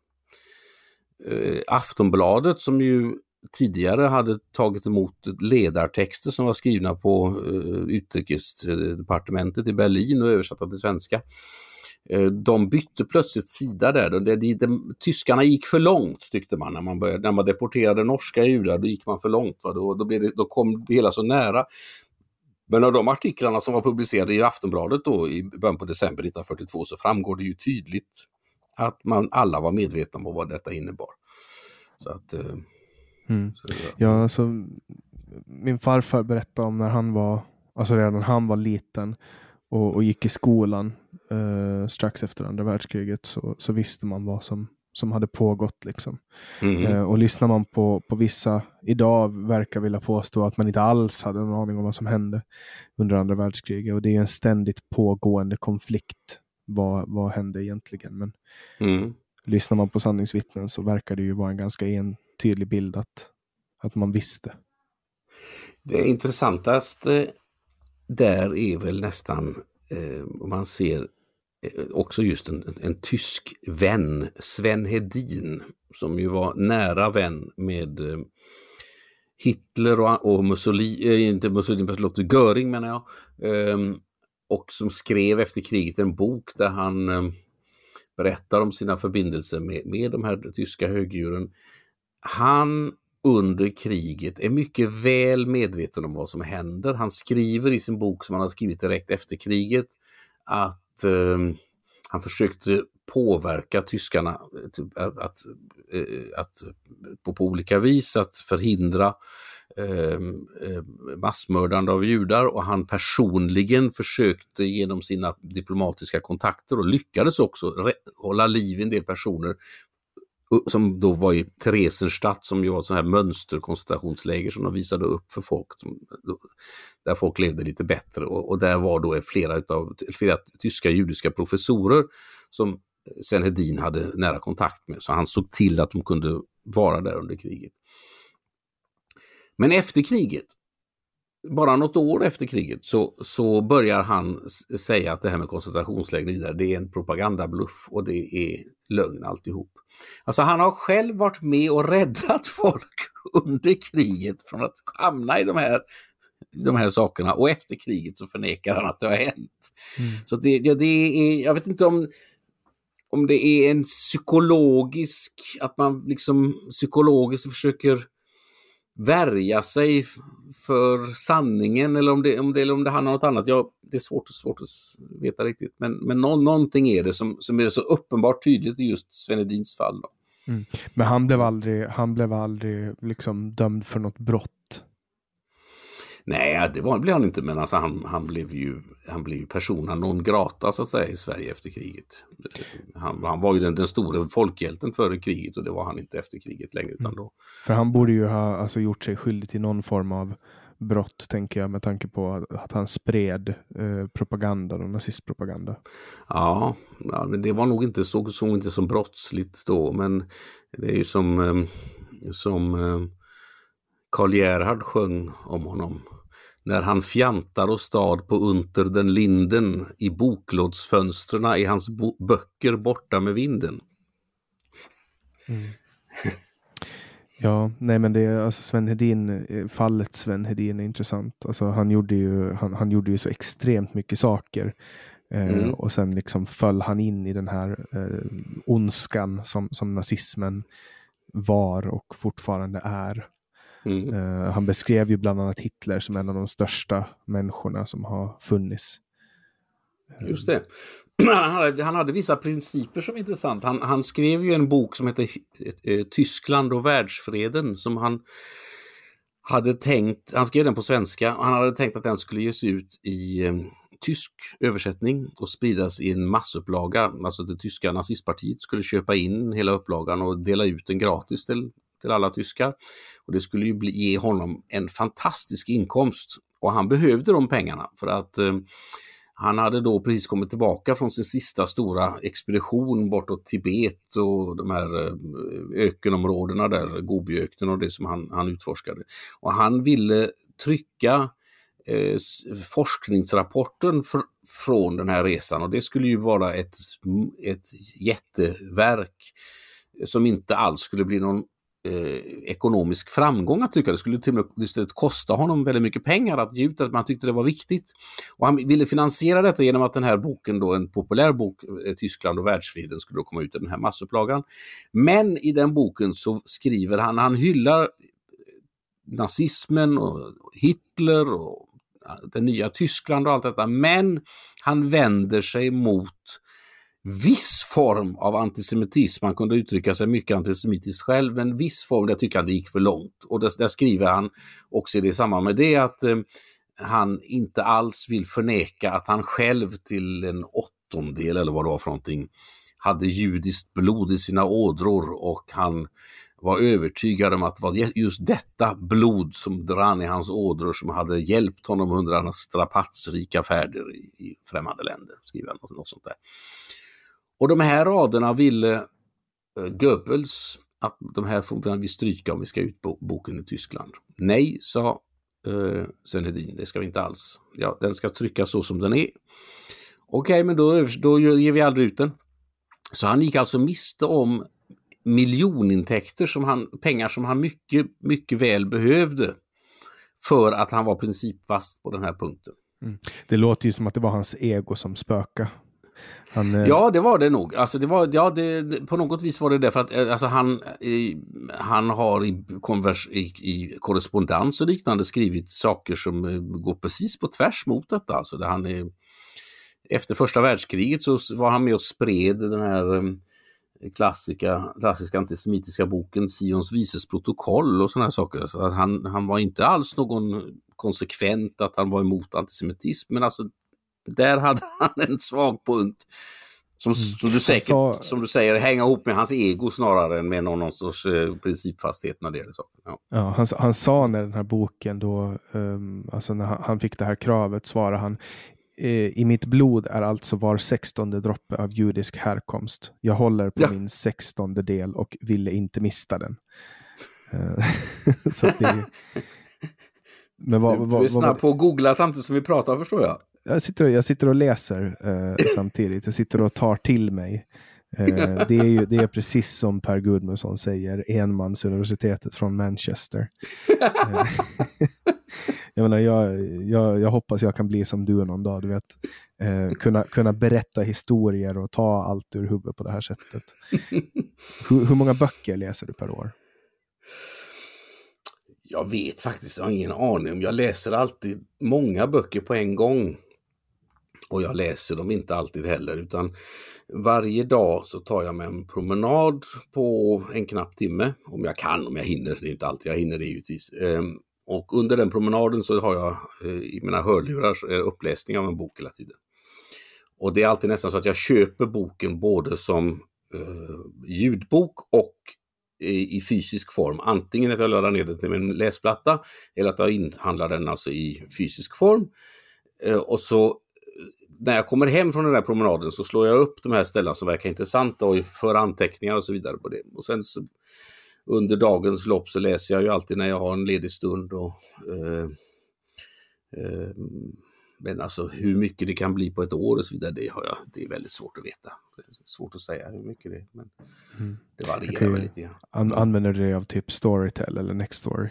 Aftonbladet, som ju tidigare hade tagit emot ledartexter som var skrivna på utrikesdepartementet i Berlin och översatta till svenska. De bytte plötsligt sida där. Tyskarna gick för långt, tyckte man, när man deporterade norska judar. Då gick man för långt. Då kom det hela så nära. Men av de artiklarna som var publicerade i Aftonbladet då i början på december 1942 så framgår det ju tydligt att alla var medvetna om vad detta innebar. Så att Ja, alltså min farfar berättade om när redan han var liten och gick i skolan strax efter andra världskriget, så visste man vad som hade pågått liksom. Och lyssnar man på vissa idag verkar vilja påstå att man inte alls hade någon aning om vad som hände under andra världskriget, och det är en ständigt pågående konflikt. Vad hände egentligen? Men lyssnar man på sanningsvittnen så verkar det ju vara en ganska tydlig bild att man visste. Det intressantaste där är väl nästan om man ser också just en tysk vän, Sven Hedin, som ju var nära vän med Hitler och Mussolini, Göring menar jag, och som skrev efter kriget en bok där han berättar om sina förbindelser med de här tyska högdjuren. Han under kriget är mycket väl medveten om vad som händer. Han skriver i sin bok, som han har skrivit direkt efter kriget, att han försökte påverka tyskarna att på olika vis att förhindra massmördande av judar, och han personligen försökte genom sina diplomatiska kontakter, och lyckades också hålla liv i en del personer som då var i Theresienstadt, som ju var så här mönsterkoncentrationsläger som de visade upp för folk där folk levde lite bättre, och där var då flera tyska judiska professorer som Sven Hedin hade nära kontakt med, så han såg till att de kunde vara där under kriget. Men efter kriget, bara något år efter kriget, så börjar han säga att det här med koncentrationsläger, det är en propagandabluff och det är lögn alltihop. Alltså han har själv varit med och räddat folk under kriget från att hamna i de här sakerna, och efter kriget så förnekar han att det har hänt. Så det är, jag vet inte om det är en psykologisk, att man liksom psykologiskt försöker värja sig för sanningen, eller om det handlar om något annat. Det är svårt att veta riktigt, men någonting är det som är så uppenbart tydligt i just Sven Hedins fall då. Men han blev aldrig liksom dömd för något brott. Nej, det blev han inte, men alltså han blev ju persona non grata så att säga i Sverige efter kriget. Han var ju den stora folkhjälten före kriget, och det var han inte efter kriget längre utan då. För han borde ju ha gjort sig skyldig till någon form av brott, tänker jag, med tanke på att han spred propaganda och nazistpropaganda. Ja, men det var nog inte så inte som brottsligt då, men det är ju som Karl Gerhard sjöng om honom. När han fjantar och stad på Unter den linden, i boklådsfönstren är hans böcker borta med vinden. Ja, nej, men det är alltså Sven Hedin, fallet Sven Hedin är intressant. Alltså han gjorde ju så extremt mycket saker. Och sen liksom föll han in i den här ondskan som nazismen var och fortfarande är. Han beskrev ju bland annat Hitler som en av de största människorna som har funnits. Just det. Han hade vissa principer som är intressant. Han skrev ju en bok som heter Tyskland och världsfreden, som han hade tänkt, han skrev den på svenska, och han hade tänkt att den skulle ges ut i tysk översättning och spridas i en massupplaga. Alltså det tyska nazistpartiet skulle köpa in hela upplagan och dela ut den gratis till alla tyskar. Och det skulle ju ge honom en fantastisk inkomst. Och han behövde de pengarna för att han hade då precis kommit tillbaka från sin sista stora expedition bortåt Tibet och de här ökenområdena där, Gobiöknen och det som han utforskade. Och han ville trycka forskningsrapporten från den här resan, och det skulle ju vara ett jätteverk som inte alls skulle bli någon ekonomisk framgång att tycka. Det skulle till och med kosta honom väldigt mycket pengar att ge ut, att man tyckte det var viktigt. Och han ville finansiera detta genom att den här boken då, en populär bok, Tyskland och världsfreden, skulle då komma ut i den här massupplagan. Men i den boken så skriver han hyllar nazismen och Hitler och det nya Tyskland och allt detta, men han vänder sig mot viss form av antisemitism. Man kunde uttrycka sig mycket antisemitiskt själv, men viss form, där tycker han det gick för långt. Och där skriver han också i det samband med det att han inte alls vill förneka att han själv till en 1/8 eller vad det var för någonting hade judiskt blod i sina ådror, och han var övertygad om att det var just detta blod som brann i hans ådror som hade hjälpt honom under hans strapatsrika färder i främmande länder, skriver han något sånt där. Och de här raderna ville Goebbels att de här får vi stryka om vi ska ut boken i Tyskland. Nej, sa Sven Hedin, det ska vi inte alls. Ja, den ska tryckas så som den är. Okej, men då ger vi aldrig ut den. Så han gick alltså miste om miljonintäkter, pengar som han mycket, mycket väl behövde för att han var principfast på den här punkten. Det låter ju som att det var hans ego som spöka. Ja, det var det nog. Alltså på något vis var det därför att alltså han har i korrespondens och liknande skrivit saker som går precis på tvärs mot detta. Alltså efter första världskriget så var han med och spred den här klassiska antisemitiska boken Sions vises protokoll och såna här saker. Så att han var inte alls någon konsekvent att han var emot antisemitism, men alltså där hade han en svag punkt som du säger hänga ihop med hans ego snarare än med någon sorts principfasthet när det gäller saker. Ja, han sa när den här boken då, alltså när han fick det här kravet, svarade han: i mitt blod är alltså var 16:e droppe av judisk härkomst. Jag håller på min 16:e del och ville inte mista den. Så det, men du är snabb på att googla samtidigt som vi pratar, förstår jag. Jag sitter och läser samtidigt. Jag sitter och tar till mig. Det är precis som Per Gudmundsson säger, enmansuniversitetet från Manchester. Jag menar, jag hoppas jag kan bli som du någon dag, du vet, kunna berätta historier och ta allt ur huvudet på det här sättet. Hur många böcker läser du per år? Jag vet faktiskt, jag har ingen aning om. Jag läser alltid många böcker på en gång. Och jag läser dem inte alltid heller, utan varje dag så tar jag mig en promenad på en knapp timme. Om jag hinner, det är inte alltid jag hinner det givetvis. Och under den promenaden så har jag i mina hörlurar uppläsning av en bok hela tiden. Och det är alltid nästan så att jag köper boken både som ljudbok och i fysisk form. Antingen att jag laddar ner den till min läsplatta eller att jag inhandlar den alltså i fysisk form. Och så när jag kommer hem från den här promenaden så slår jag upp de här ställena som verkar intressanta och för anteckningar och så vidare på det. Och sen så, under dagens lopp så läser jag ju alltid när jag har en ledig stund och men alltså hur mycket det kan bli på ett år och så vidare, det är väldigt svårt att veta. Det är svårt att säga hur mycket det är, men det varierar väl lite grann. Använder du det av typ Storytel eller Nextory?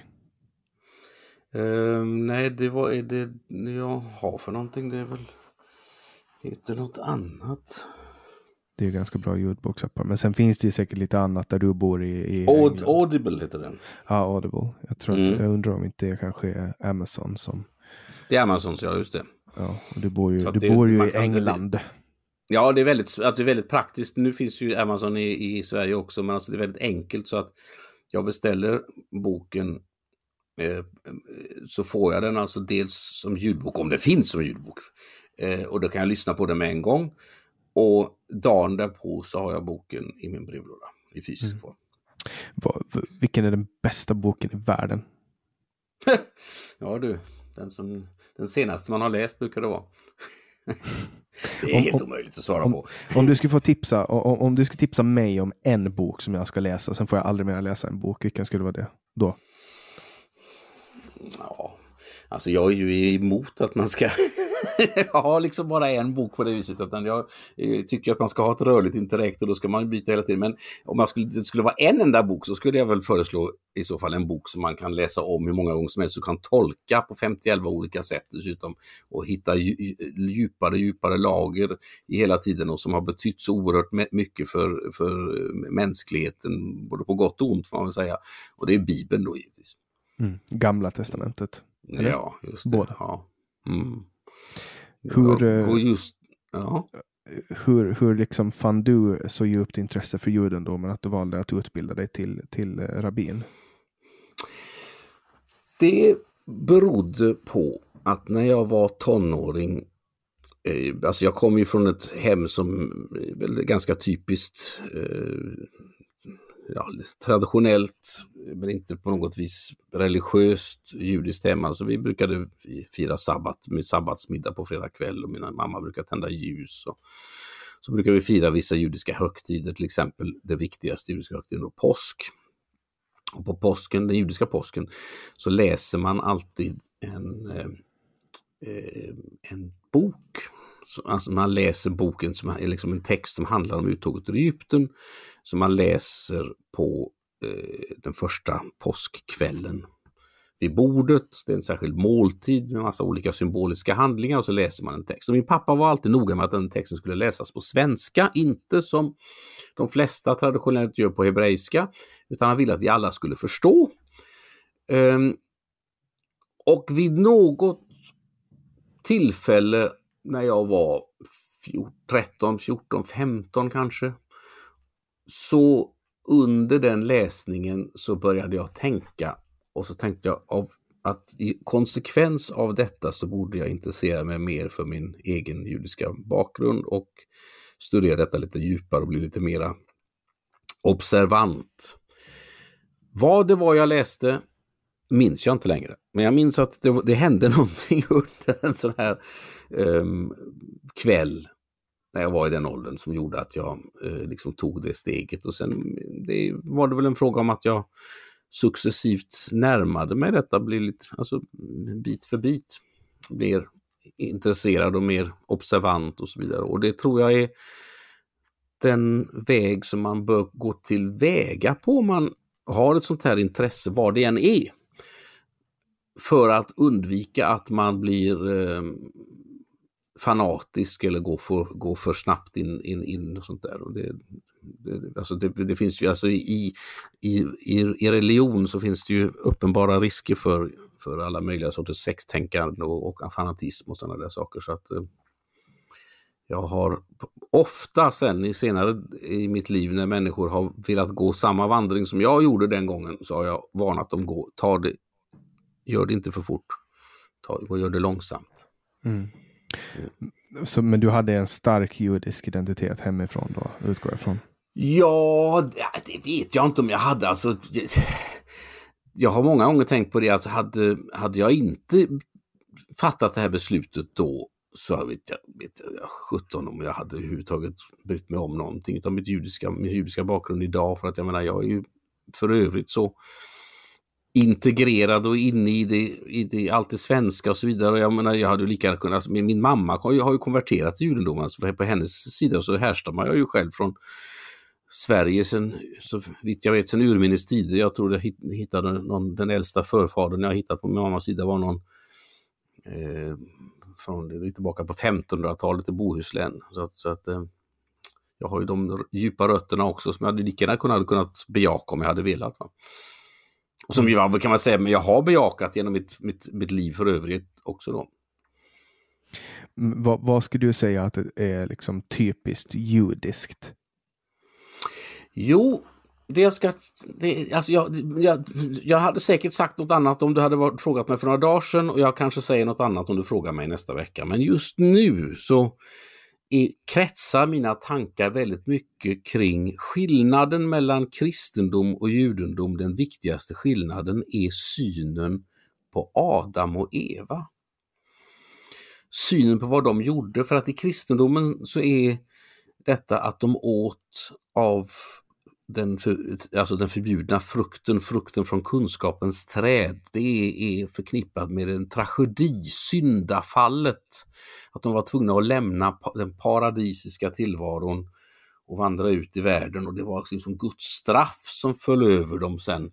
Nej, det är det jag har för någonting. Det är väl heter något annat. Det är ju ganska bra ljudboksappar. Men sen finns det ju säkert lite annat där du bor i Audible heter den. Ja, Audible. Jag undrar om inte det kanske är Amazon som... Det är Amazon, ja, just det. Ja, och du bor ju i England. Ja, det är väldigt praktiskt. Nu finns ju Amazon i Sverige också, men alltså det är väldigt enkelt så att jag beställer boken så får jag den alltså dels som ljudbok, om det finns som ljudbok. Och då kan jag lyssna på den med en gång. Och dagen därpå så har jag boken i min brevlåda i fysisk form. Vilken är den bästa boken i världen? Ja du, den senaste man har läst brukar det vara. Det är helt omöjligt att svara på. Om du skulle få tipsa, om du skulle tipsa mig om en bok som jag ska läsa, sen får jag aldrig mer läsa en bok. Vilken skulle vara det då? Ja, alltså jag är ju emot att man ska ha liksom bara en bok på det viset, utan jag tycker att man ska ha ett rörligt intellekt och då ska man byta hela tiden. Men om det skulle vara en enda bok så skulle jag väl föreslå i så fall en bok som man kan läsa om hur många gånger som helst och kan tolka på 50-11 olika sätt dessutom och hitta djupare lager i hela tiden och som har betytt så oerhört mycket för mänskligheten, både på gott och ont får man väl säga. Och det är Bibeln då givetvis. Gamla testamentet. Eller? Ja, just det. Båda. Ja. Hur liksom fann du så djupt intresse för judendomen att du valde att utbilda dig till rabbin? Det berodde på att när jag var tonåring, alltså jag kom ju från ett hem som är ganska typiskt traditionellt, men inte på något vis religiöst judiskt hem. Alltså vi brukade fira sabbat med sabbatsmiddag på fredag kväll och min mamma brukade tända ljus. Och så brukar vi fira vissa judiska högtider, till exempel det viktigaste judiska högtiden då, påsk. Och på påsken, den judiska påsken, så läser man alltid en bok. Alltså man läser boken som är liksom en text som handlar om uttåget ur Egypten, som man läser på den första påskkvällen vid bordet. Det är en särskild måltid med massa olika symboliska handlingar och så läser man en text. Och min pappa var alltid noga med att den texten skulle läsas på svenska, inte som de flesta traditionellt gör på hebreiska, utan han ville att vi alla skulle förstå. Och vid något tillfälle när jag var 13, 14, 15 kanske, så under den läsningen så började jag tänka, och så tänkte jag att i konsekvens av detta så borde jag intressera mig mer för min egen judiska bakgrund och studera detta lite djupare och bli lite mera observant. Vad det var jag läste minns jag inte längre, men jag minns att det hände någonting under en sån här kväll när jag var i den åldern som gjorde att jag liksom tog det steget, och sen var det väl en fråga om att jag successivt närmade mig detta, blir lite, alltså bit för bit blir intresserad och mer observant och så vidare, och det tror jag är den väg som man bör gå till väga på om man har ett sånt här intresse, vad det än är, för att undvika att man blir fanatisk eller går för snabbt in och sånt där. Och det finns ju alltså i religion så finns det ju uppenbara risker för alla möjliga sorters sextänkande och fanatism och sådana där saker, så att jag har ofta sen senare i mitt liv när människor har velat gå samma vandring som jag gjorde den gången, så har jag varnat dem ta det gör det inte för fort. Gör det långsamt. Så, men du hade en stark judisk identitet hemifrån då, utgår jag från? Ja, det vet jag inte om jag hade. Alltså, jag har många gånger tänkt på det. Alltså, hade jag inte fattat det här beslutet då, så vet jag 17 om jag hade överhuvudtaget brytt mig om någonting av min judiska bakgrund idag. För att jag menar, jag är ju för övrigt så integrerad och inne i det allt det svenska och så vidare. Och jag menar, jag hade ju lika kunnat, min mamma har ju konverterat till judendomen, alltså på hennes sida så härstammar jag ju själv från Sverige sen, så vitt jag vet, sen urminnes tider. Jag tror jag hittade den äldsta förfadern jag hittat på min mammas sida var någon från tillbaka på 1500-talet i Bohuslän. Så att jag har ju de djupa rötterna också som jag hade lika gärna kunnat bejaka om jag hade velat. Va? Och som ju kan man säga, men jag har bejakat genom mitt liv för övrigt också då. Vad skulle du säga att det är liksom typiskt judiskt? Jo, jag hade säkert sagt något annat om du hade frågat mig för några dagar sedan, och jag kanske säger något annat om du frågar mig nästa vecka. Men just nu så kretsar mina tankar väldigt mycket kring skillnaden mellan kristendom och judendom. Den viktigaste skillnaden är synen på Adam och Eva. Synen på vad de gjorde, för att i kristendomen så är detta att de åt av den förbjudna frukten från kunskapens träd, det är förknippat med en tragedi, syndafallet. Att de var tvungna att lämna den paradisiska tillvaron och vandra ut i världen, och det var liksom Guds straff som föll över dem sen.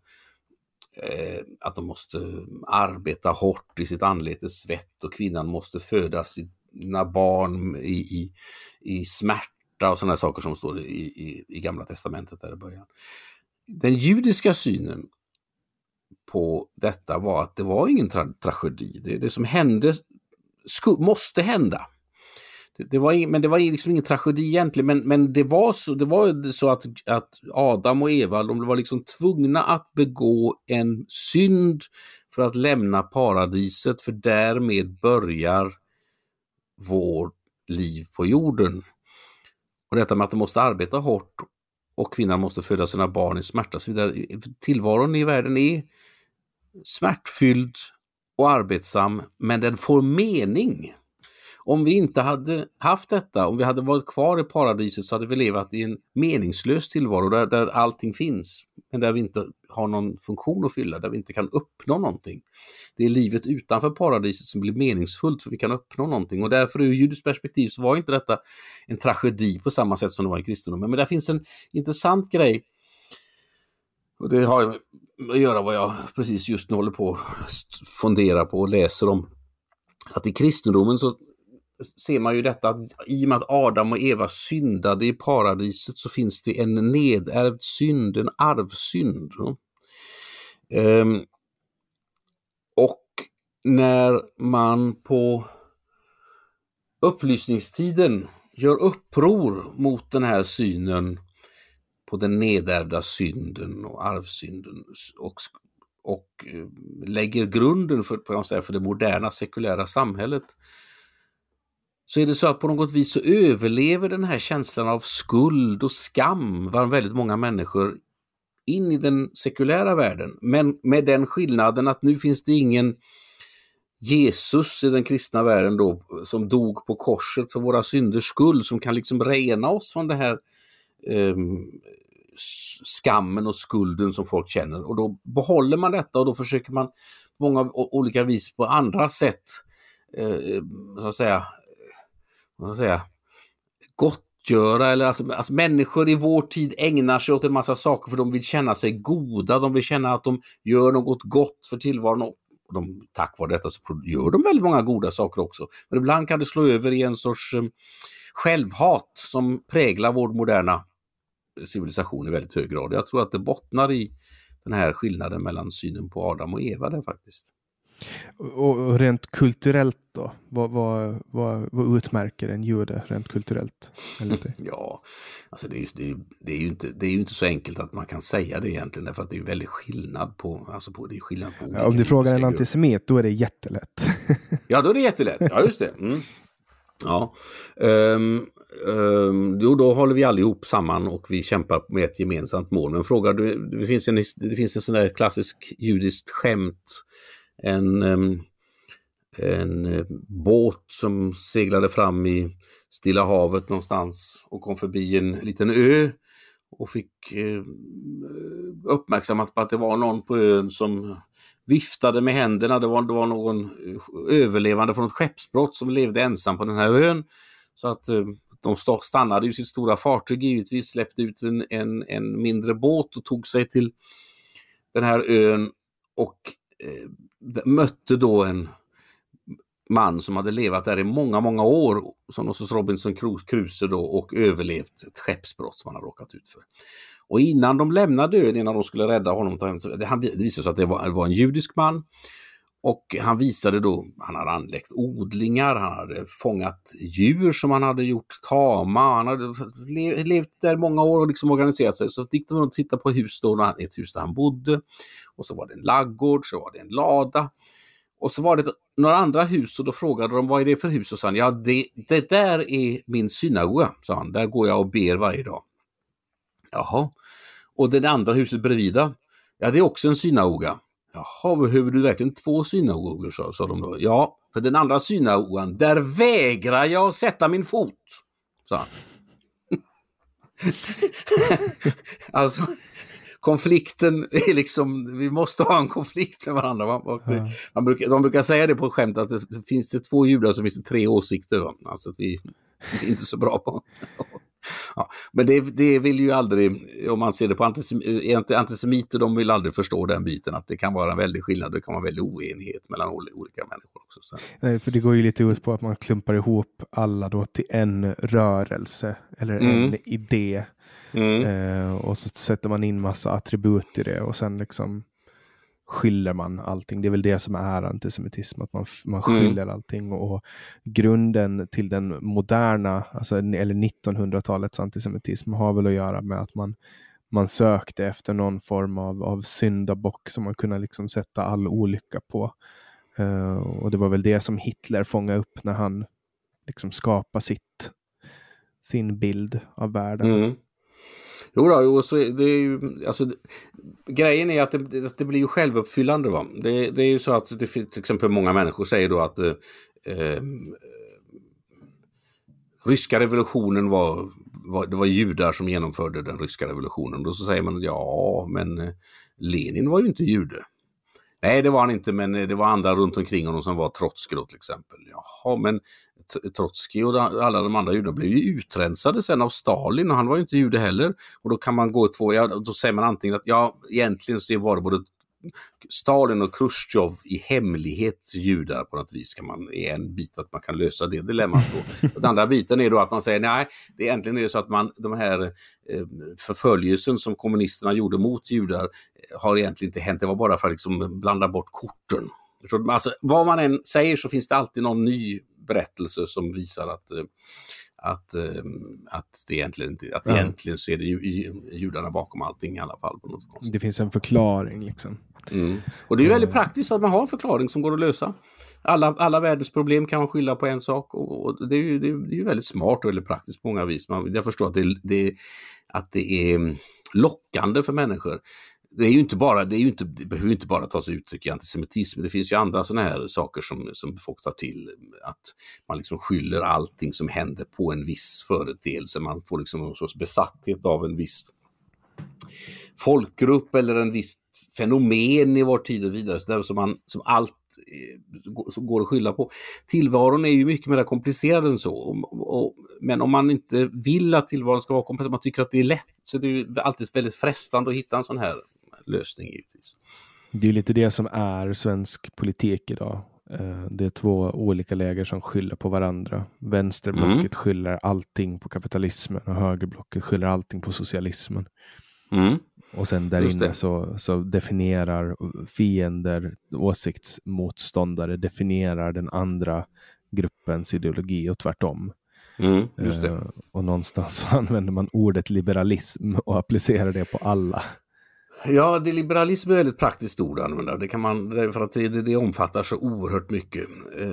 Att de måste arbeta hårt i sitt anletes svett, och kvinnan måste föda sina barn i smärta och sådana saker som står i Gamla testamentet där i början. Den judiska synen på detta var att det var ingen tragedi. Det som hände måste hända. Men det var liksom ingen tragedi egentligen, men det var så att Adam och Eva, de var liksom tvungna att begå en synd för att lämna paradiset, för därmed börjar vårt liv på jorden. Och detta med att de måste arbeta hårt och kvinnan måste föda sina barn i smärta och så vidare. Tillvaron i världen är smärtfylld och arbetsam, men den får mening. Om vi inte hade haft detta, om vi hade varit kvar i paradiset, så hade vi levat i en meningslös tillvaro där allting finns, men där vi inte har någon funktion att fylla, där vi inte kan uppnå någonting. Det är livet utanför paradiset som blir meningsfullt, för vi kan uppnå någonting. Och därför ur judiskt perspektiv så var inte detta en tragedi på samma sätt som det var i kristendomen. Men där finns en intressant grej, och det har att göra vad jag precis just nu håller på att fundera på och läser om. Att i kristendomen så ser man ju detta att i och med att Adam och Eva syndade i paradiset, så finns det en nedärvd synd, en arvsynd. Och när man på upplysningstiden gör uppror mot den här synen på den nedärvda synden och arvsynden och lägger grunden för det moderna sekulära samhället, så är det så att på något vis så överlever den här känslan av skuld och skam var väldigt många människor in i den sekulära världen. Men med den skillnaden att nu finns det ingen Jesus i den kristna världen då, som dog på korset för våra synders skull, som kan liksom rena oss från det här skammen och skulden som folk känner. Och då behåller man detta, och då försöker man på många olika vis på andra sätt så att säga gottgöra, eller alltså människor i vår tid ägnar sig åt en massa saker för de vill känna sig goda, de vill känna att de gör något gott för tillvaron, och tack vare detta så gör de väldigt många goda saker också. Men ibland kan det slå över i en sorts självhat som präglar vår moderna civilisation i väldigt hög grad. Jag tror att det bottnar i den här skillnaden mellan synen på Adam och Eva där faktiskt. Och rent kulturellt då? Vad utmärker en jude rent kulturellt? Eller det? Ja, alltså det är ju inte så enkelt att man kan säga det egentligen, därför att det är ju väldigt skillnad på, det är skillnad på olika. Om du frågar en antisemit, då är det jättelätt. Ja, då är det jättelätt. Ja, just det. Mm. Ja. Då håller vi allihop samman och vi kämpar med ett gemensamt mål. Men frågar du, det finns en sån där klassisk judiskt skämt, en båt som seglade fram i Stilla havet någonstans och kom förbi en liten ö och fick uppmärksammat på att det var någon på ön som viftade med händerna. Det var någon överlevande från ett skeppsbrott som levde ensam på den här ön, så att de stannade ju sitt stora fartyg, givetvis släppte ut en mindre båt och tog sig till den här ön och mötte då en man som hade levat där i många, många år, som någon sorts Robinson Crusoe då, och överlevt ett skeppsbrott som han hade råkat ut för. Och innan de lämnade ön, innan de skulle rädda honom, det visade sig att det var en judisk man. Och han visade då, han hade anlagt odlingar, han hade fångat djur som han hade gjort tama, han hade levt där många år och liksom organiserat sig. Så gick de och tittade på hus då, ett hus där han bodde, och så var det en laggård, så var det en lada. Och så var det några andra hus, och då frågade de, vad är det för hus? Och sa han, ja det där är min synagoga, sa han, där går jag och ber varje dag. Jaha, och det andra huset bredvid, ja det är också en synagoga. Jaha, behöver du verkligen 2 synagogor, sa de då. Ja, för den andra synagogan, där vägrar jag sätta min fot, sa han. Alltså, konflikten är liksom, vi måste ha en konflikt med varandra. De brukar säga det på skämt, att finns det 2 judar så finns det 3 åsikter. Va? Alltså att vi är inte så bra på. Ja, men det vill ju aldrig, om man ser det på antisemiter, de vill aldrig förstå den biten, att det kan vara en väldig skillnad, det kan vara en väldig oenighet mellan olika människor också. Så. Nej, för det går ju lite ut på att man klumpar ihop alla då till en rörelse eller en idé. Och så sätter man in massa attribut i det och sen liksom skyller man allting. Det är väl det som är antisemitism, att man skyller allting, och grunden till den moderna, alltså, eller 1900-talets antisemitism har väl att göra med att man sökte efter någon form av syndabock som man kunde liksom sätta all olycka på. Och det var väl det som Hitler fångade upp när han liksom skapade sin bild av världen. Jo, så det är ju, alltså, grejen är att det blir ju självuppfyllande, va? Det är ju så att det finns, till exempel, många människor säger då att ryska revolutionen det var judar som genomförde den ryska revolutionen. Då så säger man, ja, men Lenin var ju inte jude. Nej, det var han inte, men det var andra runt omkring honom som var Trotskij då, till exempel. Jaha, men Trotskij och alla de andra judarna blev ju utrensade sen av Stalin, och han var ju inte jude heller. Och då kan man gå då säger man antingen att egentligen så var det både Stalin och Khrushchev i hemlighet judar på något vis. Är en bit att man kan lösa det dilemmat då. Och den andra biten är då att man säger nej, det är egentligen det så att de här förföljelsen som kommunisterna gjorde mot judar har egentligen inte hänt. Det var bara för att liksom blanda bort korten. Alltså, vad man än säger så finns det alltid någon ny berättelse som visar att det egentligen så är det judarna bakom allting i alla fall på något konstigt. Det finns en förklaring liksom. Och det är ju väldigt praktiskt att man har en förklaring som går att lösa. Alla världens problem kan man skylla på en sak, och det är ju väldigt smart och väldigt praktiskt på många vis. Jag förstår att det är lockande för människor. Det behöver ju inte bara ta sig uttryck i antisemitism. Det finns ju andra sådana här saker som folk tar till, att man liksom skyller allting som händer på en viss företeelse. Man får liksom någon sorts besatthet av en viss folkgrupp eller en viss fenomen i vår tid och vidare, så där som allt som går att skylla på. Tillvaron är ju mycket mer komplicerad än så, men om man inte vill att tillvaron ska vara komplicerad, man tycker att det är lätt, så det är ju alltid väldigt frestande att hitta en sån här lösning givetvis. Det är lite det som är svensk politik idag. Det är 2 olika läger som skyller på varandra. Vänsterblocket skyller allting på kapitalismen och högerblocket skyller allting på socialismen. Och sen där inne så definierar fiender, åsiktsmotståndare definierar den andra gruppens ideologi och tvärtom. Just det. Och någonstans så använder man ordet liberalism och applicerar det på alla. Ja, liberalism är ett väldigt praktiskt ord att använda. Det kan man, för att det omfattar så oerhört mycket.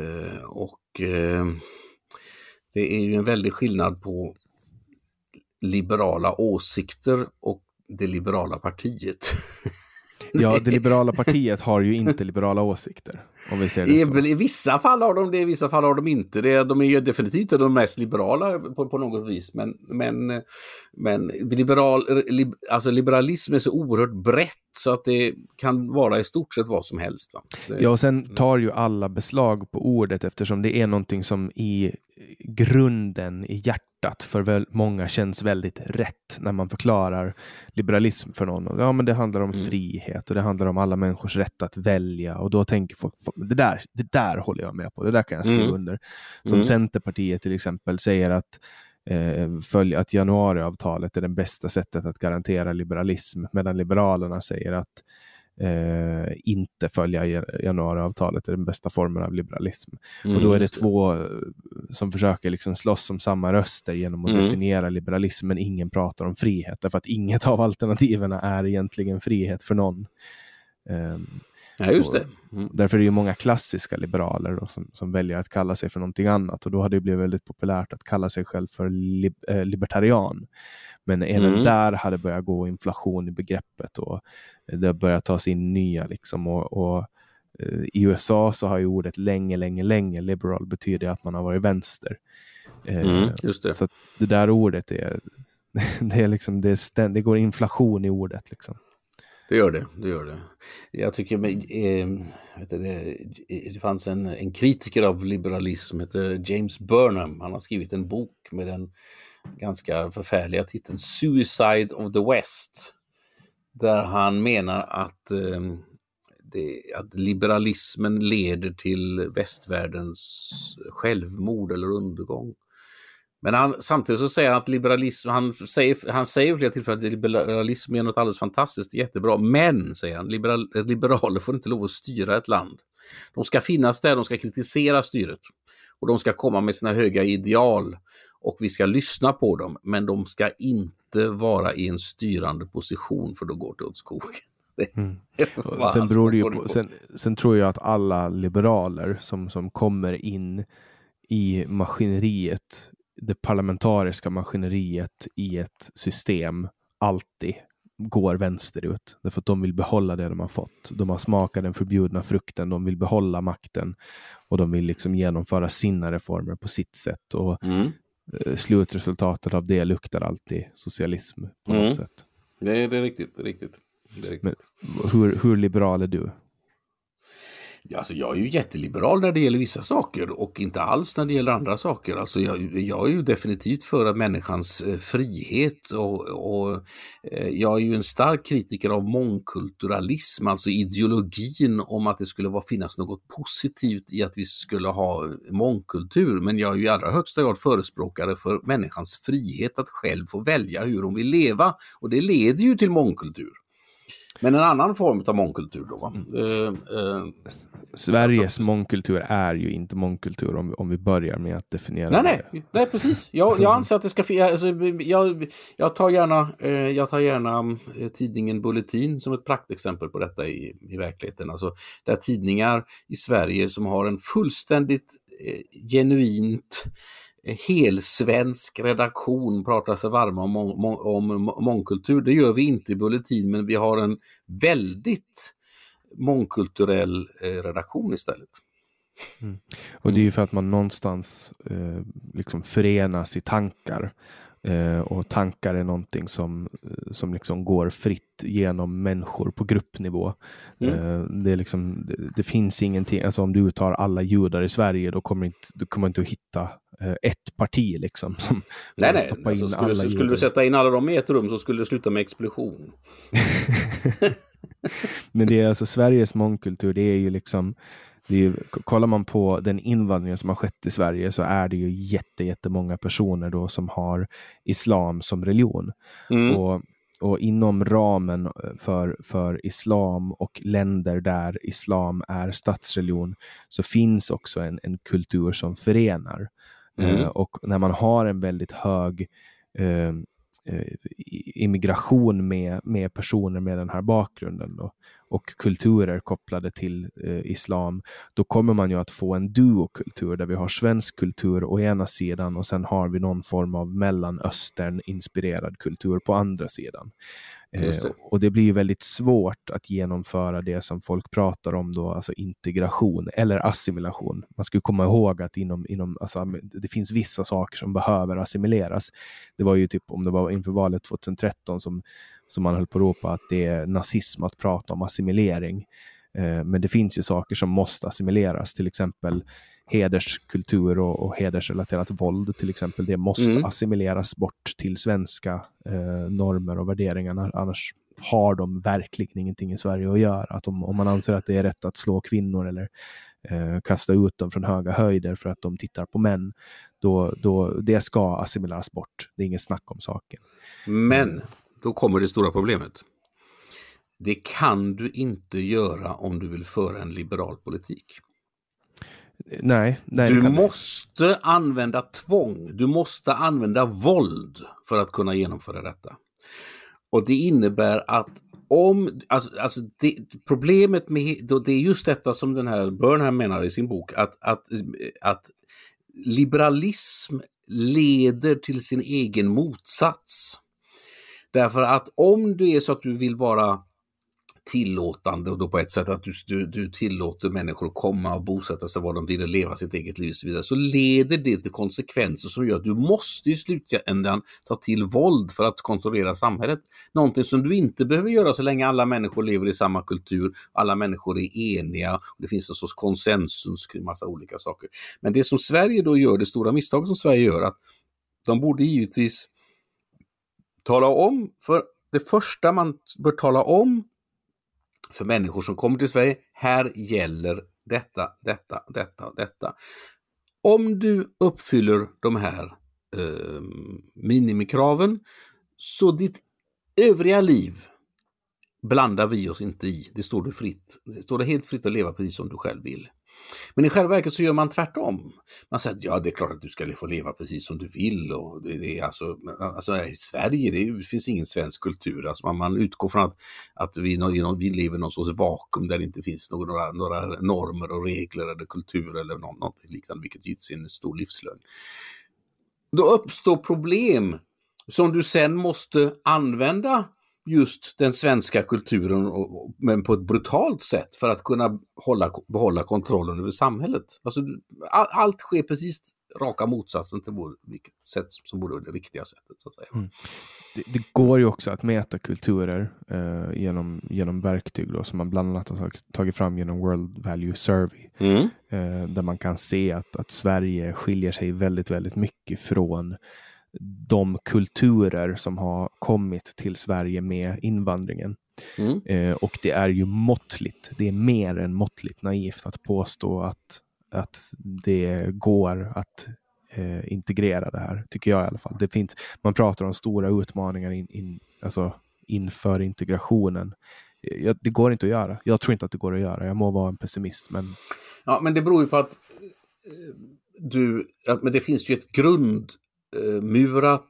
Det är ju en väldig skillnad på liberala åsikter och det liberala partiet. Ja, det liberala partiet har ju inte liberala åsikter, om vi ser det så. I vissa fall har de det, i vissa fall har de inte det. De är ju definitivt de mest liberala på något vis. Men liberalism är så oerhört brett så att det kan vara i stort sett vad som helst. Va? Ja, och sen tar ju alla beslag på ordet eftersom det är någonting som i grunden, i hjärtat för många känns väldigt rätt när man förklarar liberalism för någon. Ja, men det handlar om frihet och det handlar om alla människors rätt att välja, och då tänker folk, det där håller jag med på, det där kan jag skriva under. Som Centerpartiet till exempel säger att att januariavtalet är det bästa sättet att garantera liberalism, medan Liberalerna säger att inte följa januariavtalet är den bästa formen av liberalism. Och då är det två som försöker liksom slåss om samma röster genom att definiera liberalism, men ingen pratar om frihet, därför att inget av alternativen är egentligen frihet för någon. Ja, just det. Därför är det ju många klassiska liberaler då, som väljer att kalla sig för någonting annat, och då har det blivit väldigt populärt att kalla sig själv för libertarian. Men även där hade börjat gå inflation i begreppet, och det har börjat tas in nya liksom, och i USA så har ju ordet länge liberal betyder att man har varit vänster. Just det. Så att det där ordet det är liksom det går inflation i ordet liksom. Det gör det. Jag tycker det fanns en kritiker av liberalism, heter James Burnham. Han har skrivit en bok med den ganska förfärliga titeln Suicide of the West, där han menar att liberalismen leder till västvärldens självmord eller undergång. Men samtidigt så säger han att liberalism, han säger flera tillfällen att liberalism är något alldeles fantastiskt, jättebra, men säger han, liberaler får inte lov att styra ett land. De ska finnas där, de ska kritisera styret och de ska komma med sina höga ideal och vi ska lyssna på dem, men de ska inte vara i en styrande position, för då går det åt skogen. Sen tror jag att alla liberaler som kommer in i maskineriet, det parlamentariska maskineriet i ett system, alltid går vänsterut. Därför att de vill behålla det de har fått. De har smakat den förbjudna frukten, de vill behålla makten och de vill liksom genomföra sina reformer på sitt sätt. Och slutresultatet av det luktar alltid socialism på något sätt. Det är riktigt. Men hur liberal är du? Alltså jag är ju jätteliberal när det gäller vissa saker och inte alls när det gäller andra saker. Alltså jag är ju definitivt för människans frihet och jag är ju en stark kritiker av mångkulturalism, alltså ideologin om att det skulle finnas något positivt i att vi skulle ha mångkultur. Men jag är ju i allra högsta grad förespråkare för människans frihet att själv få välja hur hon vill leva, och det leder ju till mångkultur. Men en annan form av mångkultur då, va? Sveriges mångkultur är ju inte mångkultur om vi börjar med att definiera Nej, precis. Jag anser att det ska alltså, jag tar gärna tidningen Bulletin som ett praktexempel på detta i verkligheten. Alltså där tidningar i Sverige som har en fullständigt genuint helsvensk redaktion pratar sig varma om mångkultur. Det gör vi inte i Bulletin, men vi har en väldigt mångkulturell redaktion istället. Och det är ju för att man någonstans liksom förenas i tankar. Och tankar är någonting som liksom går fritt genom människor på gruppnivå. Det är liksom, det finns ingenting, alltså om du tar alla judar i Sverige, då kommer inte att hitta ett parti liksom som stoppa in alltså, alla skulle du sätta in alla dem i ett rum så skulle det sluta med explosion. Men det är alltså Sveriges mångkultur, det är ju liksom kollar man på den invandringen som har skett i Sverige, så är det ju jättemånga personer då som har islam som religion. Och Och inom ramen för islam och länder där islam är statsreligion så finns också en kultur som förenar. Och när man har en väldigt hög immigration med personer med den här bakgrunden då, och kulturer kopplade till islam, då kommer man ju att få en duokultur där vi har svensk kultur å ena sidan och sen har vi någon form av mellanöstern inspirerad kultur på andra sidan. Och det blir ju väldigt svårt att genomföra det som folk pratar om då, alltså integration eller assimilation. Man ska komma ihåg att alltså, det finns vissa saker som behöver assimileras. Det var ju typ, om det var inför valet 2013 som man höll på att ropa att det är nazism att prata om assimilering. Men det finns ju saker som måste assimileras, till exempel hederskultur och hedersrelaterat våld till exempel. Det måste assimileras bort till svenska normer och värderingar, annars har de verkligen ingenting i Sverige att göra. Att om man anser att det är rätt att slå kvinnor eller kasta ut dem från höga höjder för att de tittar på män, då det ska assimileras bort. Det är ingen snack om saken. Men då kommer det stora problemet. Det kan du inte göra om du vill föra en liberal politik. Nej, du måste använda tvång. Du måste använda våld för att kunna genomföra detta. Och det innebär att problemet med det är just detta som den här Burnham menar i sin bok, att liberalism leder till sin egen motsats. Därför att om det är så att du vill vara tillåtande och då på ett sätt att du tillåter människor att komma och bosätta sig var de vill och leva sitt eget liv och så vidare, så leder det till konsekvenser som gör att du måste i slutändan ta till våld för att kontrollera samhället. Någonting som du inte behöver göra så länge alla människor lever i samma kultur, alla människor är eniga och det finns en sorts konsensus kring massa olika saker. Men det som Sverige då gör, det stora misstaget som Sverige gör, att de borde givetvis tala om, för det första man bör tala om för människor som kommer till Sverige, här gäller detta. Om du uppfyller de här minimikraven, så ditt övriga liv blandar vi oss inte i. Det står dig helt fritt att leva precis som du själv vill. Men i själva verket så gör man tvärtom. Man säger att ja, det är klart att du ska få leva precis som du vill. Och det är alltså i Sverige, det finns ingen svensk kultur. Alltså man utgår från att vi lever i någon sorts vakuum där det inte finns några normer och regler eller kultur eller något liknande, vilket givetvis är en stor livslögn. Då uppstår problem som du sen måste använda just den svenska kulturen, men på ett brutalt sätt för att kunna behålla kontrollen över samhället. Alltså, allt sker precis raka motsatsen till vilket sätt som borde vara det riktiga sättet, så att säga. Det går ju också att mäta kulturer genom verktyg då, som man bland annat har tagit fram genom World Value Survey. Där man kan se att Sverige skiljer sig väldigt, väldigt mycket från de kulturer som har kommit till Sverige med invandringen. Och det är ju måttligt. Det är mer än måttligt naivt att påstå att det går att integrera det här, tycker jag i alla fall. Man pratar om stora utmaningar inför integrationen. Det går inte att göra. Jag tror inte att det går att göra. Jag må vara en pessimist, men... Ja, men det beror ju på att men det finns ju ett grundmurat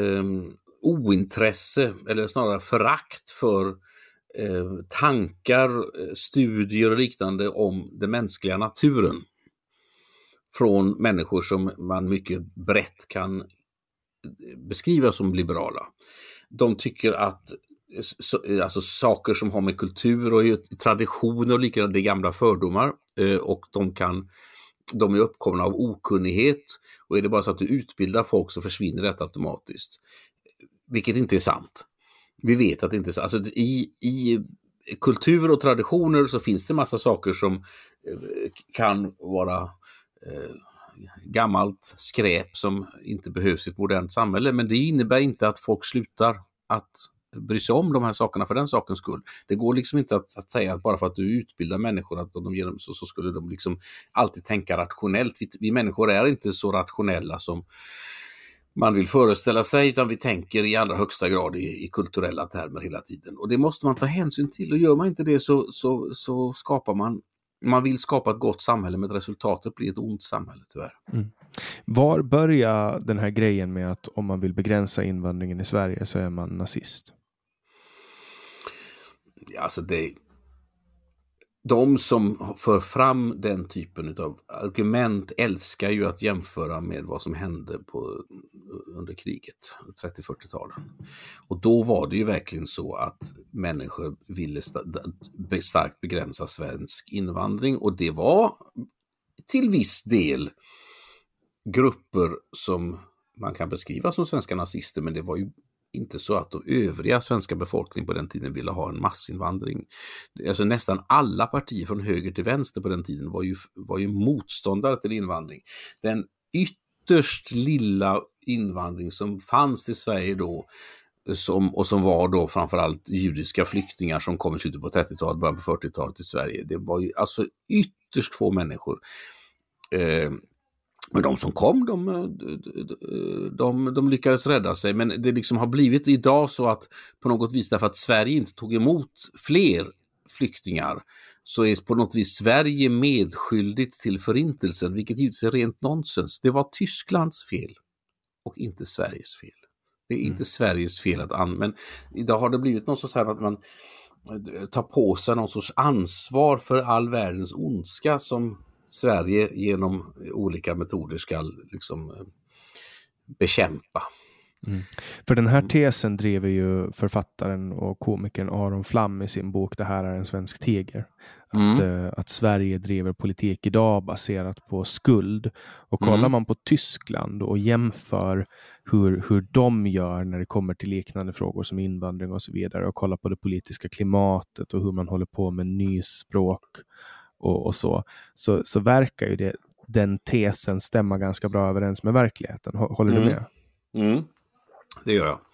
ointresse, eller snarare förakt för tankar, studier och liknande om den mänskliga naturen från människor som man mycket brett kan beskriva som liberala. De tycker att alltså saker som har med kultur och traditioner och liknande, det är gamla fördomar, och de är uppkomna av okunnighet, och är det bara så att du utbildar folk så försvinner detta automatiskt. Vilket inte är sant. Vi vet att det inte är sant. Alltså i kultur och traditioner så finns det massa saker som kan vara gammalt skräp som inte behövs i ett modernt samhälle, men det innebär inte att folk slutar att bry sig om de här sakerna för den sakens skull. Det går liksom inte att säga att bara för att du utbildar människor att de genom så skulle de liksom alltid tänka rationellt. Vi människor är inte så rationella som man vill föreställa sig, utan vi tänker i allra högsta grad i kulturella termer hela tiden. Och det måste man ta hänsyn till, och gör man inte det så skapar man vill skapa ett gott samhälle, men resultatet blir ett ont samhälle tyvärr. Mm. Var börjar den här grejen med att om man vill begränsa invandringen i Sverige så är man nazist? Alltså de som för fram den typen av argument älskar ju att jämföra med vad som hände under kriget, 30-40-talen. Och då var det ju verkligen så att människor ville starkt begränsa svensk invandring, och det var till viss del grupper som man kan beskriva som svenska nazister, men det var ju inte så att de övriga svenska befolkningen på den tiden ville ha en massinvandring. Alltså nästan alla partier från höger till vänster på den tiden var ju motståndare till invandring. Den ytterst lilla invandring som fanns till Sverige då, som var då framförallt judiska flyktingar som kom i slutet på 30-talet, början på 40-talet till Sverige. Det var ju alltså ytterst få människor. Men de som kom, de lyckades rädda sig. Men det liksom har blivit idag så att på något vis, därför att Sverige inte tog emot fler flyktingar, så är på något vis Sverige medskyldigt till förintelsen, vilket givetvis är rent nonsens. Det var Tysklands fel och inte Sveriges fel. Det är inte Sveriges fel men idag har det blivit något så här att man tar på sig någon sorts ansvar för all världens ondska som Sverige genom olika metoder ska liksom bekämpa. Mm. För den här tesen driver ju författaren och komikern Aron Flam i sin bok Det här är en svensk tiger. Att Sverige driver politik idag baserat på skuld. Och kollar man på Tyskland och jämför hur de gör när det kommer till liknande frågor som invandring och så vidare, och kollar på det politiska klimatet och hur man håller på med nyspråk och så verkar ju den tesen stämma ganska bra överens med verkligheten. Håller du med? Det gör jag.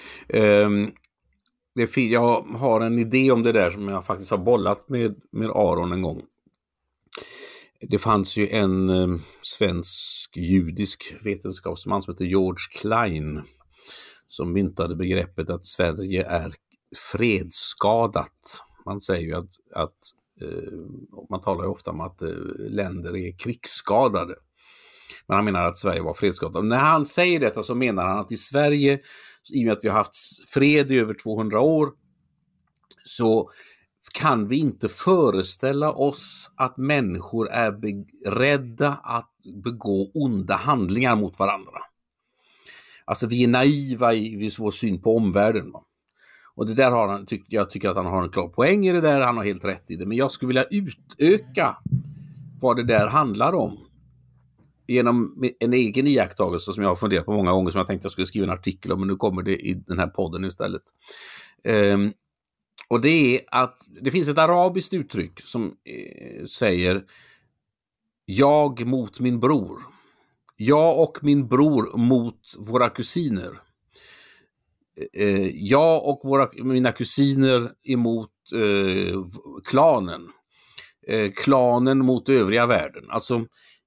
Jag har en idé om det där som jag faktiskt har bollat med Aron en gång. Det fanns ju en svensk judisk vetenskapsman som heter George Klein som myntade begreppet att Sverige är fredsskadat. Man säger ju att man talar ju ofta om att länder är krigsskadade. Men han menar att Sverige var fredsskadat. Och när han säger detta så menar han att i Sverige, i och med att vi har haft fred i över 200 år, så kan vi inte föreställa oss att människor är beredda att begå onda handlingar mot varandra. Alltså vi är naiva i vår syn på omvärlden. Och det där har jag tycker att han har en klar poäng i det där, han har helt rätt i det. Men jag skulle vilja utöka vad det där handlar om genom en egen iakttagelse som jag har funderat på många gånger, som jag tänkte jag skulle skriva en artikel om, men nu kommer det i den här podden istället. Och det är att det finns ett arabiskt uttryck som säger jag mot min bror. Jag och min bror mot våra kusiner. Jag och mina kusiner emot klanen. Klanen mot övriga världen. Alltså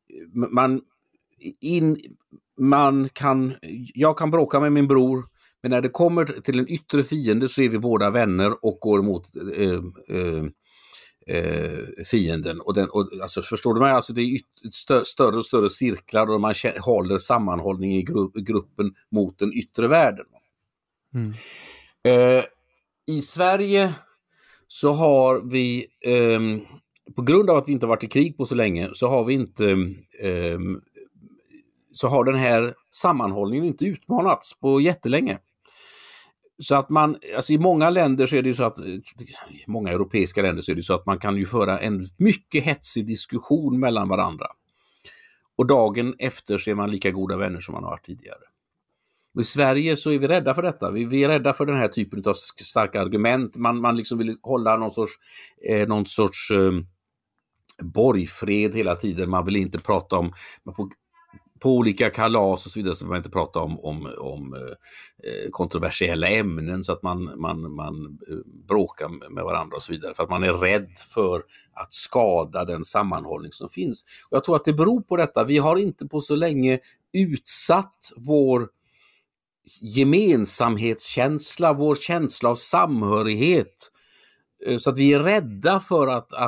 jag kan bråka med min bror, men när det kommer till en yttre fiende så är vi båda vänner och går mot fienden. Alltså, förstår du mig? Alltså, det är större och större cirklar och man håller sammanhållning i gruppen mot den yttre världen. I Sverige så har vi på grund av att vi inte har varit i krig på så länge, så har vi inte så har den här sammanhållningen inte utmanats på jättelänge. Så att alltså i många länder så är det ju så att, i många europeiska länder så är det så att man kan ju föra en mycket hetsig diskussion mellan varandra. Och dagen efter så är man lika goda vänner som man har varit tidigare. Och i Sverige så är vi rädda för detta. Vi är rädda för den här typen av starka argument. Man liksom vill hålla någon sorts borgfred hela tiden. Man vill inte prata om på olika kalas och så vidare, så man inte prata om kontroversiella ämnen, så att man bråkar med varandra och så vidare, för att man är rädd för att skada den sammanhållning som finns. Och jag tror att det beror på detta. Vi har inte på så länge utsatt vår gemensamhetskänsla, vår känsla av samhörighet. Så att vi är rädda för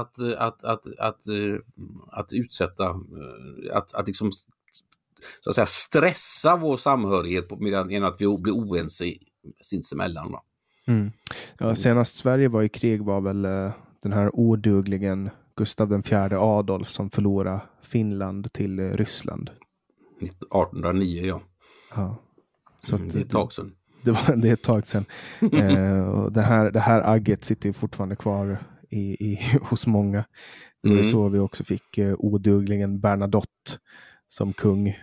att utsätta, att liksom, så att säga, stressa vår samhörighet genom att vi blir oense sinsemellan. Ja, senast Sverige var i krig var väl den här odugligen Gustav IV Adolf som förlorade Finland till Ryssland. 1809, ja. Så det är ett tag sedan. Det är ett tag sedan. Och det här agget sitter fortfarande kvar hos många. Det var så vi också fick odugligen Bernadotte som kung.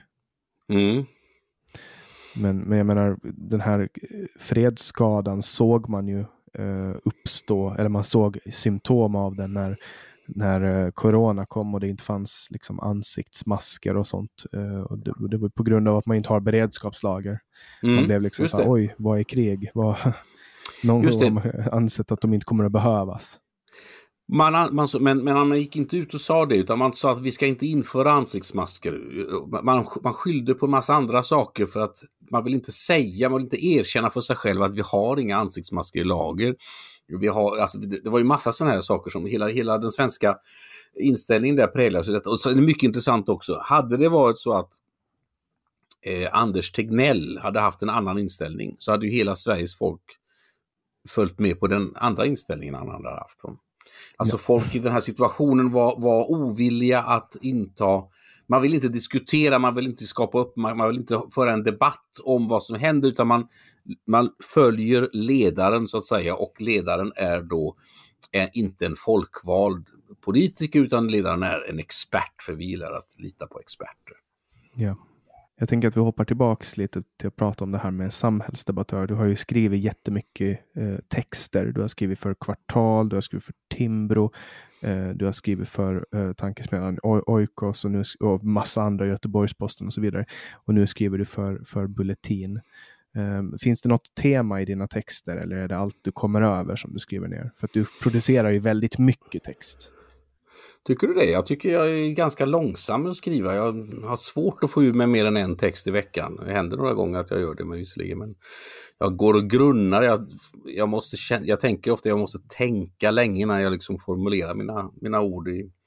Men jag menar, den här fredsskadan såg man ju uppstå, eller man såg symptom av den när corona kom och det inte fanns liksom ansiktsmasker och sånt. Och det var på grund av att man inte har beredskapslager. Man blev liksom så här, oj, vad är krig? Någon gång har ansett att de inte kommer att behövas. Men man gick inte ut och sa det, utan man sa att vi ska inte införa ansiktsmasker. Man skyllde på en massa andra saker för att man vill inte erkänna för sig själv att vi har inga ansiktsmasker i lager. Det var ju massa sådana här saker som hela den svenska inställningen där präglas av detta. Och så är det mycket intressant också. Hade det varit så att Anders Tegnell hade haft en annan inställning, så hade ju hela Sveriges folk följt med på den andra inställningen han hade haft. Alltså folk i den här situationen var ovilliga att inta, man vill inte diskutera, man vill inte skapa upp, man vill inte föra en debatt om vad som händer, utan man följer ledaren så att säga, och ledaren är då inte en folkvald politiker, utan ledaren är en expert, för vi gillar att lita på experter. Ja. Jag tänker att vi hoppar tillbaks lite till att prata om det här med samhällsdebattör. Du har ju skrivit jättemycket texter. Du har skrivit för Kvartal, du har skrivit för Timbro, du har skrivit för Tankesmedjan Oikos och massa andra, Göteborgsposten och så vidare. Och nu skriver du för Bulletin. Finns det något tema i dina texter, eller är det allt du kommer över som du skriver ner? För att du producerar ju väldigt mycket text. Tycker du det? Jag tycker jag är ganska långsam att skriva. Jag har svårt att få ur mig mer än en text i veckan. Det händer några gånger att jag gör det, visserligen, men jag går och grunnar. Jag tänker ofta, jag måste tänka länge innan jag liksom formulerar mina ord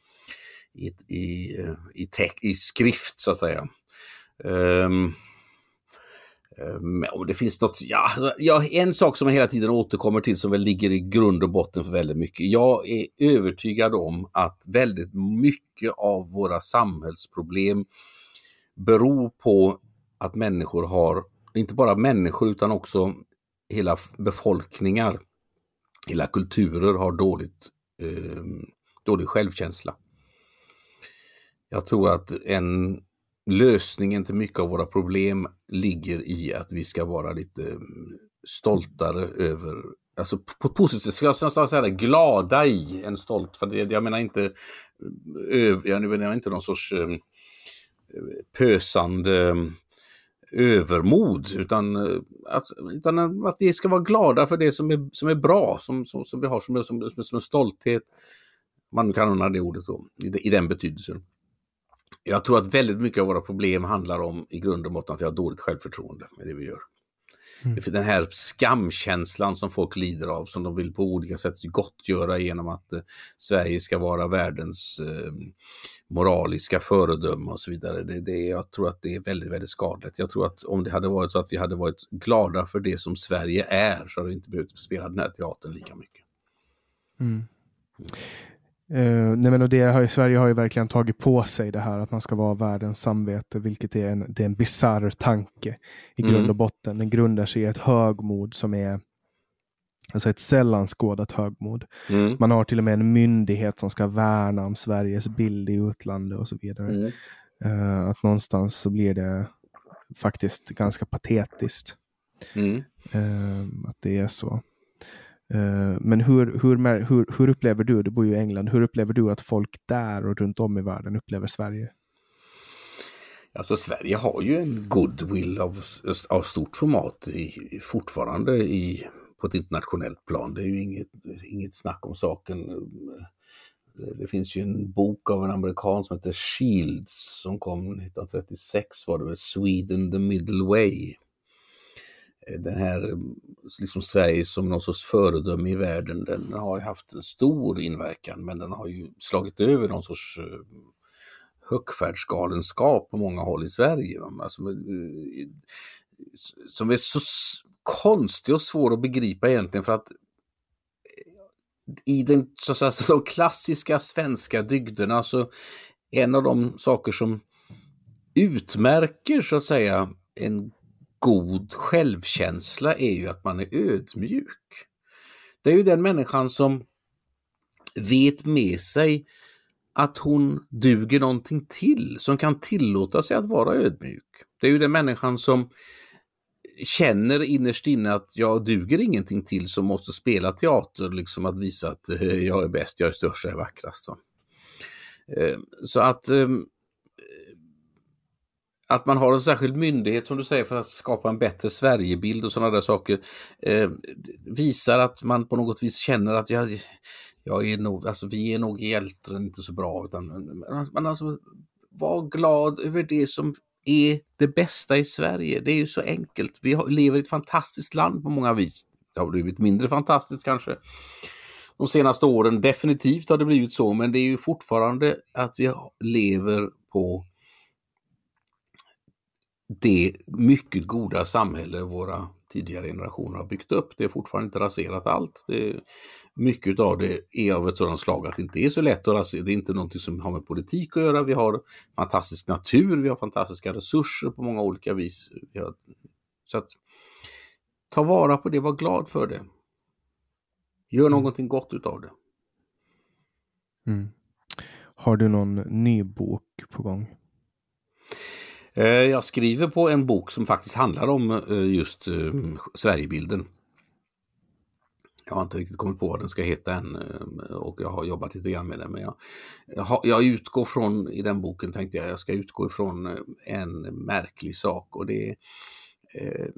i skrift, så att säga. Och det finns något, en sak som jag hela tiden återkommer till, som väl ligger i grund och botten för väldigt mycket. Jag är övertygad om att väldigt mycket av våra samhällsproblem beror på att människor har, inte bara människor utan också hela befolkningar, hela kulturer har dålig självkänsla. Jag tror att lösningen till mycket av våra problem ligger i att vi ska vara lite stoltare över, alltså på positivt, ska jag säga, glada i en stolt, för jag menar inte någon sorts pösande övermod, utan att vi ska vara glada för det som är bra, som vi har som stolthet, man kan använda det ordet då, i den betydelsen. Jag tror att väldigt mycket av våra problem handlar om, i grund och botten, att vi har dåligt självförtroende med det vi gör. Den här skamkänslan som folk lider av, som de vill på olika sätt gottgöra genom att Sverige ska vara världens moraliska föredöme och så vidare. Jag tror att det är väldigt, väldigt skadligt. Jag tror att om det hade varit så att vi hade varit glada för det som Sverige är, så hade vi inte behövt spela den här teatern lika mycket. Sverige har ju verkligen tagit på sig det här att man ska vara världens samvete, vilket är en bizarr tanke i grund och botten. Den grundar sig i ett högmod som är, alltså ett sällan skådat högmod. Man har till och med en myndighet som ska värna om Sveriges bild i utlandet och så vidare. Att någonstans så blir det faktiskt ganska patetiskt att det är så. Men hur upplever du bor ju i England, hur upplever du att folk där och runt om i världen upplever Sverige? Alltså Sverige har ju en goodwill av stort format fortfarande på ett internationellt plan. Det är ju inget snack om saken. Det finns ju en bok av en amerikan som heter Shields som kom 1936, var det väl, Sweden the Middle Way. den här liksom Sverige som någon sorts föredöme i världen, den har haft en stor inverkan, men den har ju slagit över någon sorts högfärdsgalenskap på många håll i Sverige. Alltså, som är så konstig och svår att begripa egentligen, för att i den, så att säga, de klassiska svenska dygderna, så en av de saker som utmärker så att säga en god självkänsla är ju att man är ödmjuk. Det är ju den människan som vet med sig att hon duger någonting till, som kan tillåta sig att vara ödmjuk. Det är ju den människan som känner innerst inne att jag duger ingenting till, som måste spela teater, liksom att visa att jag är bäst, jag är störst, jag är vackrast. Så att man har en särskild myndighet, som du säger, för att skapa en bättre Sverigebild och sådana där saker, visar att man på något vis känner att jag är nog, alltså vi är nog egentligen inte så bra, utan man alltså var glad över det som är det bästa i Sverige. Det är ju så enkelt. Vi lever i ett fantastiskt land på många vis. Det har blivit mindre fantastiskt kanske de senaste åren. Definitivt har det blivit så, men det är ju fortfarande att vi lever på det mycket goda samhälle våra tidigare generationer har byggt upp. Det är fortfarande inte raserat allt. Mycket av det är av ett sådant slag att det inte är så lätt att rasera. Det är inte någonting som har med politik att göra. Vi har fantastisk natur, vi har fantastiska resurser på många olika vis. Så att ta vara på det, var glad för det. Gör någonting gott utav det. Mm. Har du någon ny bok på gång? Jag skriver på en bok som faktiskt handlar om just Sverigebilden. Jag har inte riktigt kommit på vad den ska heta än, och jag har jobbat lite grann med den, men jag utgår från, i den boken tänkte jag ska utgå ifrån en märklig sak, och det är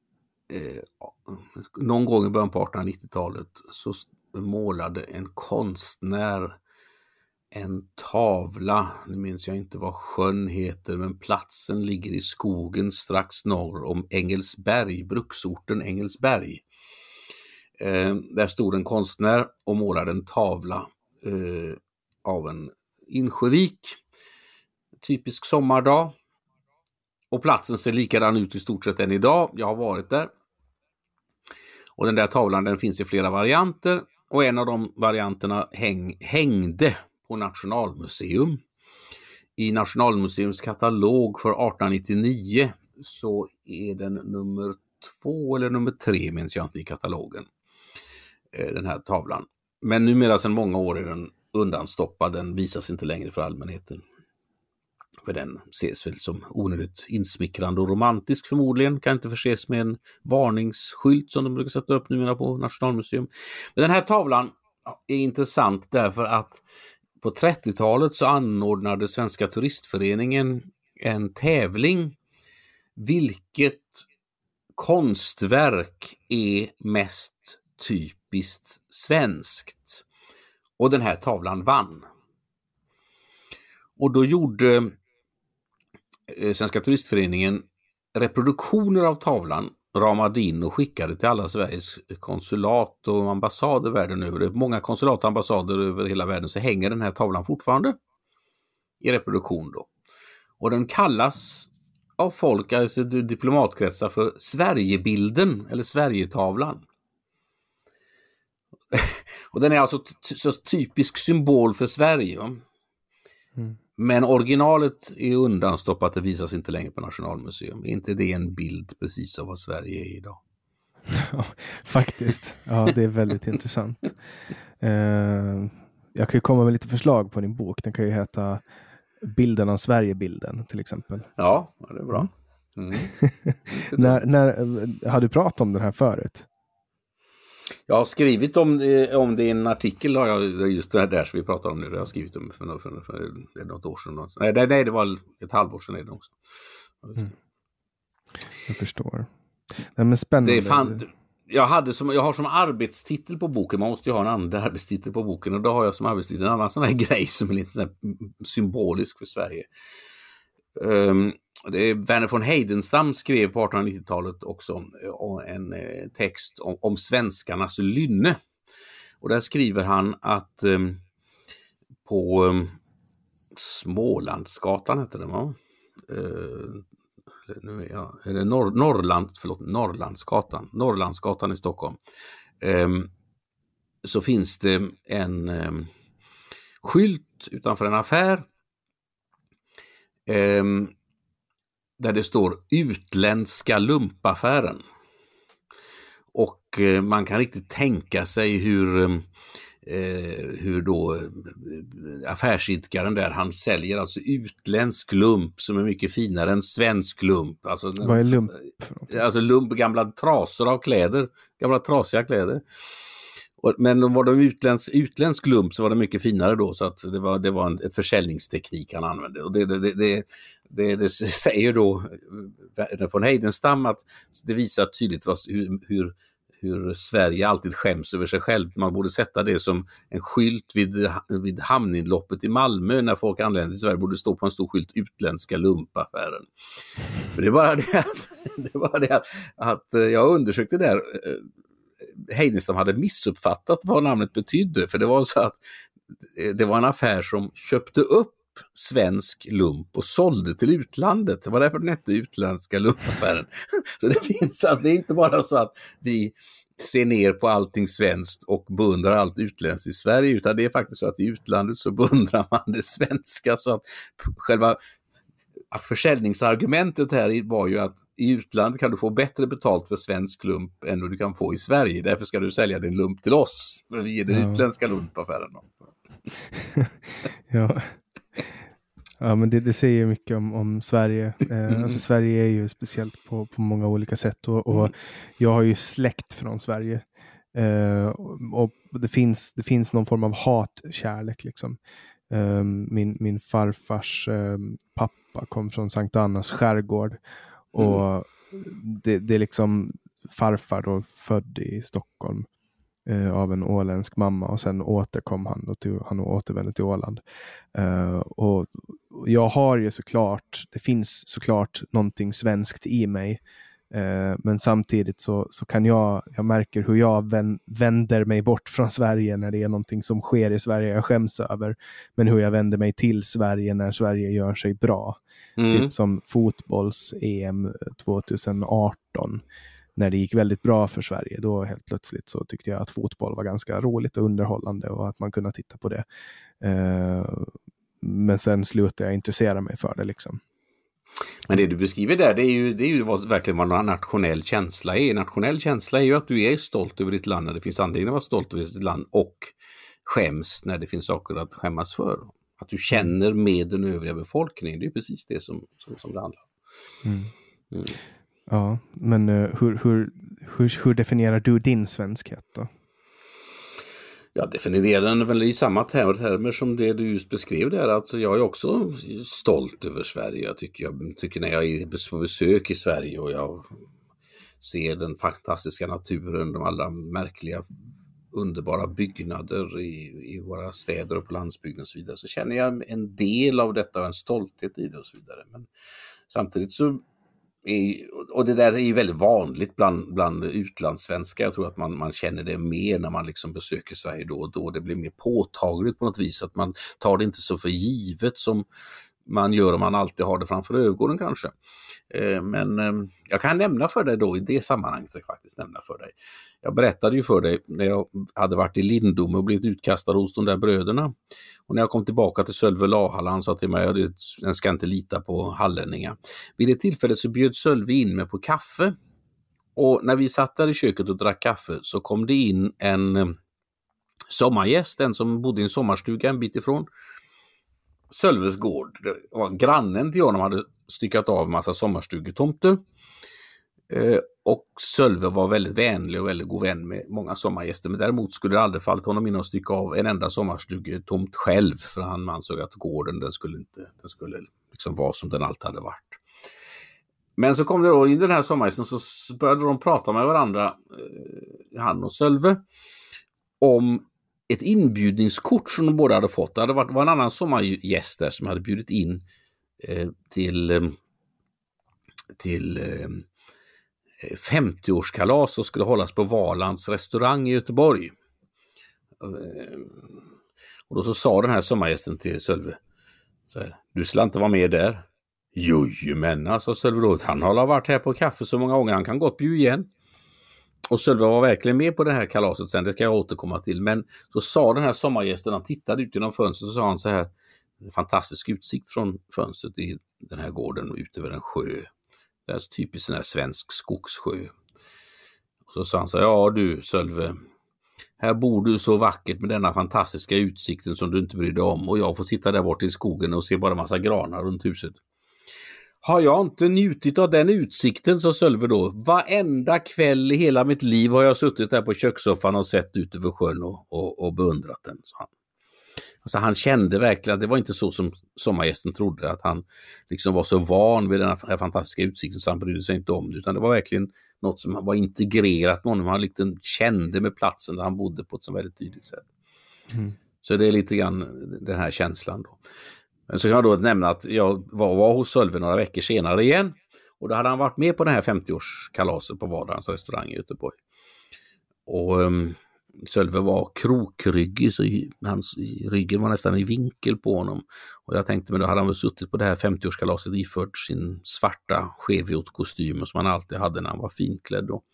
någon gång i början på 1890-talet så målade en konstnär en tavla, nu minns jag inte vad sjön heter, men platsen ligger i skogen strax norr om Engelsberg, bruksorten Engelsberg. Där stod en konstnär och målade en tavla av en insjövik, typisk sommardag. Och platsen ser likadan ut i stort sett än idag. Jag har varit där. Och den där tavlan, den finns i flera varianter. Och en av de varianterna hängde på Nationalmuseum. I Nationalmuseums katalog för 1899 så är den nummer 2 eller nummer 3, minns jag inte, i katalogen. Den här tavlan. Men numera sedan många år är den undanstoppad. Den visas inte längre för allmänheten. För den ses väl som onödigt insmickrande och romantisk förmodligen. Kan inte förses med en varningsskylt som de brukar sätta upp numera på Nationalmuseum. Men den här tavlan är intressant därför att på 30-talet så anordnade Svenska turistföreningen en tävling. Vilket konstverk är mest typiskt svenskt? Och den här tavlan vann. Och då gjorde Svenska turistföreningen reproduktioner av tavlan, ramade in och skickade till alla Sveriges konsulat och ambassader världen över. Många konsulat och ambassader över hela världen, så hänger den här tavlan fortfarande i reproduktion då. Och den kallas av folk, alltså diplomatkretsar, för Sverigebilden eller Sverigetavlan. Och den är alltså så typisk symbol för Sverige. Mm. Men originalet är undanstoppat, det visas inte längre på Nationalmuseum. Är inte det en bild precis av vad Sverige är idag? Ja, faktiskt. Ja, det är väldigt intressant. Jag kan ju komma med lite förslag på din bok. Den kan ju heta Bilden av Sverigebilden till exempel. Ja, det är bra. Mm. När har du pratat om den här förut? Jag har skrivit om det i en artikel, har jag, just det där som vi pratar om nu. Jag har skrivit om för något år sedan. Nej, det var ett halvår sedan är det också. Jag förstår. Nej, men spännande. Jag har som arbetstitel på boken, man måste ju ha en annan arbetstitel på boken, och då har jag som arbetstitel en annan sån här grej som är lite sån här symbolisk för Sverige. Verner von Heidenstam skrev på 1890-talet också en text om svenskarnas lynne. Och där skriver han att på Smålandsgatan heter det, va? Norrlandsgatan i Stockholm. Så finns det en skylt utanför en affär där det står utländska lumpaffären. Och man kan riktigt tänka sig hur då affärsidkaren där, han säljer alltså utländsk lump som är mycket finare än svensk lump. Alltså, vad är lump? Alltså lump, gamla trasor av kläder, gamla trasiga kläder. Men var de utländsk lump så var det mycket finare då, så att det var ett försäljningsteknik han använde. Och det säger då von Heidenstam att det visar tydligt hur Sverige alltid skäms över sig själv. Man borde sätta det som en skylt vid hamninloppet i Malmö när folk anländer till Sverige. Borde stå på en stor skylt utländska lumpaffären. Men det är bara det att jag undersökte där. Heidenstam hade missuppfattat vad namnet betydde, för det var så att det var en affär som köpte upp svensk lump och sålde till utlandet. Det var därför den hette utländska lumpaffären. Så det är inte bara så att vi ser ner på allting svenskt och beundrar allt utländskt i Sverige, utan det är faktiskt så att i utlandet så beundrar man det svenska. Så att själva försäljningsargumentet här var ju att i utlandet kan du få bättre betalt för svensk lump än du kan få i Sverige. Därför ska du sälja din lump till oss. För vi är den utländska lumpaffären. Ja, men det säger mycket om Sverige. Alltså Sverige är ju speciellt på många olika sätt. Och jag har ju släkt från Sverige. Och det finns någon form av hatkärlek liksom. Min farfars pappa kom från Sankt Annas skärgård. Och det är liksom farfar då född i Stockholm av en åländsk mamma, och sen återkom han återvände till Åland. Och jag har ju det finns såklart någonting svenskt i mig, men samtidigt så kan jag märker hur jag vänder mig bort från Sverige när det är någonting som sker i Sverige jag skäms över, men hur jag vänder mig till Sverige när Sverige gör sig bra. Typ som fotbolls-EM 2018, när det gick väldigt bra för Sverige. Då helt plötsligt så tyckte jag att fotboll var ganska roligt och underhållande och att man kunde titta på det. Men sen slutade jag intressera mig för det liksom. Men det du beskriver där, det är ju verkligen vad en nationell känsla är. Nationell känsla är ju att du är stolt över ditt land när det finns anledning att vara stolt över ditt land, och skäms när det finns saker att skämmas för. Att du känner med den övriga befolkningen, det är precis det som det handlar om. Ja, men hur definierar du din svenskhet då? Jag definierar den väl i samma termer som det du just beskrev där. Alltså jag är också stolt över Sverige. Jag tycker när jag är på besök i Sverige och jag ser den fantastiska naturen, de alla märkliga, underbara byggnader i våra städer och på landsbygden och så vidare, så känner jag en del av detta och en stolthet i det och så vidare. Men samtidigt så och det där är ju väldigt vanligt bland utlandssvenskar. Jag tror att man känner det mer när man liksom besöker Sverige då och då. Det blir mer påtagligt på något vis, att man tar det inte så för givet som man gör om man alltid har det framför ögonen kanske. Men jag kan nämna för dig då i det sammanhanget, så jag faktiskt nämna för dig. Jag berättade ju för dig när jag hade varit i Lindome och blivit utkastad hos de där bröderna. Och när jag kom tillbaka till Sölve Lahala, han sa till mig att jag ska inte lita på hallänningar. Vid det tillfället så bjöd Sölve in mig på kaffe. Och när vi satt där i köket och drack kaffe så kom det in en sommargäst, en som bodde i en sommarstuga en bit ifrån Sölves gård. Grannen till honom hade styckat av massa sommarstugetomter. Och Sölve var väldigt vänlig och väldigt god vän med många sommargäster. Men däremot skulle det aldrig fallit honom in att stycka av en enda sommarstugetomt själv. För han ansåg att gården den skulle liksom vara som den alltid hade varit. Men så kom det då in den här sommargästen, så började de prata med varandra, han och Sölve, om ett inbjudningskort som de båda hade fått. Det var en annan sommargäst där som hade bjudit in till till 50-årskalas och skulle hållas på Valands restaurang i Göteborg. Och då så sa den här sommargästen till Sölve så här: du skulle inte vara med där. Jojomän, sa Sölve då. Han har varit här på kaffe så många gånger, han kan gott bjuda igen. Och Sölve var verkligen med på det här kalaset sen, det ska jag återkomma till. Men så sa den här sommargästen, han tittade ut genom fönstret och sa han så här: fantastisk utsikt från fönstret i den här gården ut över en sjö. Det är typiskt en här svensk skogssjö. Och så sa han så här: ja du Sölve, här bor du så vackert med denna fantastiska utsikten som du inte bryr dig om, och jag får sitta där bort i skogen och se bara massa granar runt huset. Har jag inte njutit av den utsikten, sa Sölve då. Varenda kväll i hela mitt liv har jag suttit där på kökssoffan och sett ut över sjön och beundrat den, sa han. Alltså han kände verkligen att det var inte så som sommargästen trodde, att han liksom var så van vid den här fantastiska utsikten så han brydde sig inte om det, utan det var verkligen något som var integrerat med honom. Han liksom kände med platsen där han bodde på ett så väldigt tydligt sätt. Så det är lite grann den här känslan då. Men så kan jag då nämna att jag var hos Sölve några veckor senare igen, och då hade han varit med på den här 50-årskalaset på Valands restaurang i Göteborg. Och Sölve var krokryggig, så ryggen var nästan i vinkel på honom. Och jag tänkte, men då hade han väl suttit på det här 50-årskalaset iförd sin svarta skevjot-kostym som han alltid hade när han var finklädd då.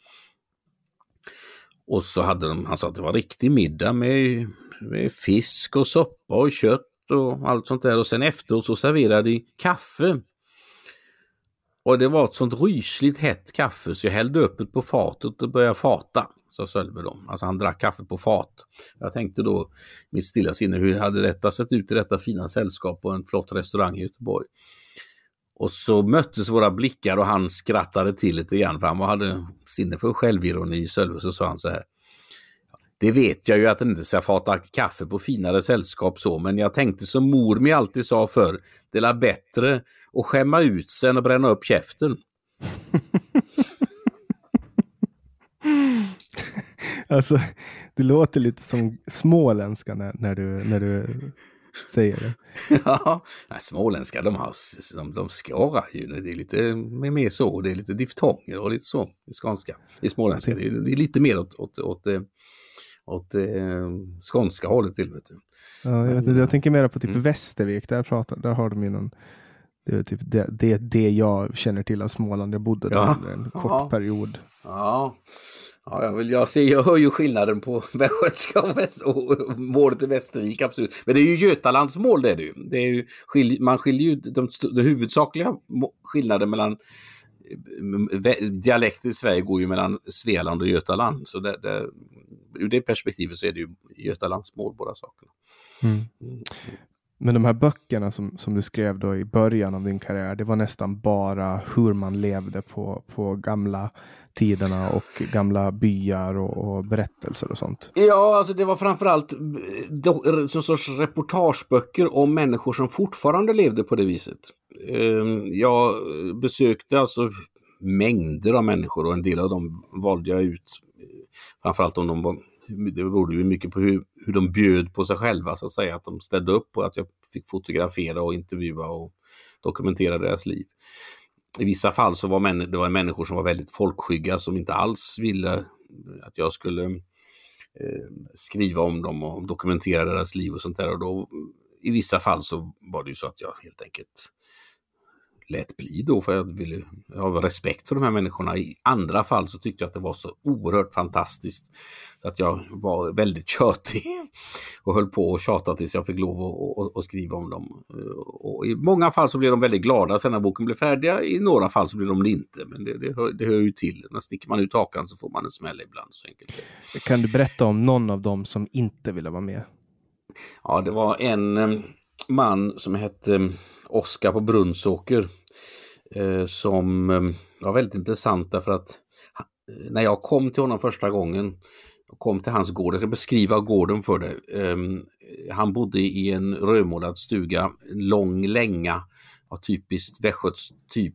Och så hade han sa att det var riktig middag med fisk och soppa och kött och allt sånt där. Och sen efteråt så serverade de kaffe. Och det var ett sånt rysligt hett kaffe så jag hällde upp det på fatet och började fata, sa Sölve då. Alltså han drack kaffe på fat. Jag tänkte då mitt stilla sinne, hur hade detta sett ut i detta fina sällskap på en flott restaurang i Göteborg? Och så möttes våra blickar och han skrattade till lite grann, för han hade sinne för självironi, Sölve. Så sa han så här: det vet jag ju att den inte ska fata kaffe på finare sällskap så, men jag tänkte som mor mig alltid sa förr, det är bättre att skämma ut sig än att bränna upp käften. Alltså, det låter lite som småländska när du säger det. Ja, småländska, de skårar ju. Det är lite mer så, det är lite diftonger och lite så i skånska. I småländska, det är lite mer åt skånska hållet till, vet du. Ja, jag tänker mer på typ Västervik, där har de ju någon, det är typ det jag känner till av Småland. Jag bodde där under en kort period. Ja, jag hör ju skillnaden på västgötska och målet i Västervik, absolut. Men det är ju Götalands mål, det är ju. Man skiljer ju de huvudsakliga skillnaden mellan dialekter i Sverige går ju mellan Svealand och Götaland, så ur det perspektivet så är det ju Götalands mål, båda sakerna. Men de här böckerna som du skrev då i början av din karriär, det var nästan bara hur man levde på gamla tiderna och gamla byar och berättelser och sånt. Ja, alltså det var framförallt som sorts reportageböcker om människor som fortfarande levde på det viset. Jag besökte alltså mängder av människor, och en del av dem valde jag ut, framförallt om de var, det berodde ju mycket på hur de bjöd på sig själva, så att säga, att de ställde upp på att jag fick fotografera och intervjua och dokumentera deras liv. I vissa fall så var det var människor som var väldigt folkskygga, som inte alls ville att jag skulle skriva om dem och dokumentera deras liv och sånt där. Och då, i vissa fall så var det ju så att jag helt enkelt lät bli då, för jag ville ha respekt för de här människorna. I andra fall så tyckte jag att det var så oerhört fantastiskt så att jag var väldigt tjötig och höll på och tjata tills jag fick lov att skriva om dem. Och i många fall så blev de väldigt glada sen när boken blev färdig. I några fall så blev de det inte, men det hör ju till. När sticker man ut hakan så får man en smäll ibland, så enkelt. Kan du berätta om någon av dem som inte ville vara med? Ja, det var en man som hette Oskar på Brunnsåker, som var väldigt intressant, därför att när jag kom till honom första gången och kom till hans gård, jag ska beskriva gården för dig. Han bodde i en rödmålad stuga, en lång länga av typiskt västgötskt typ,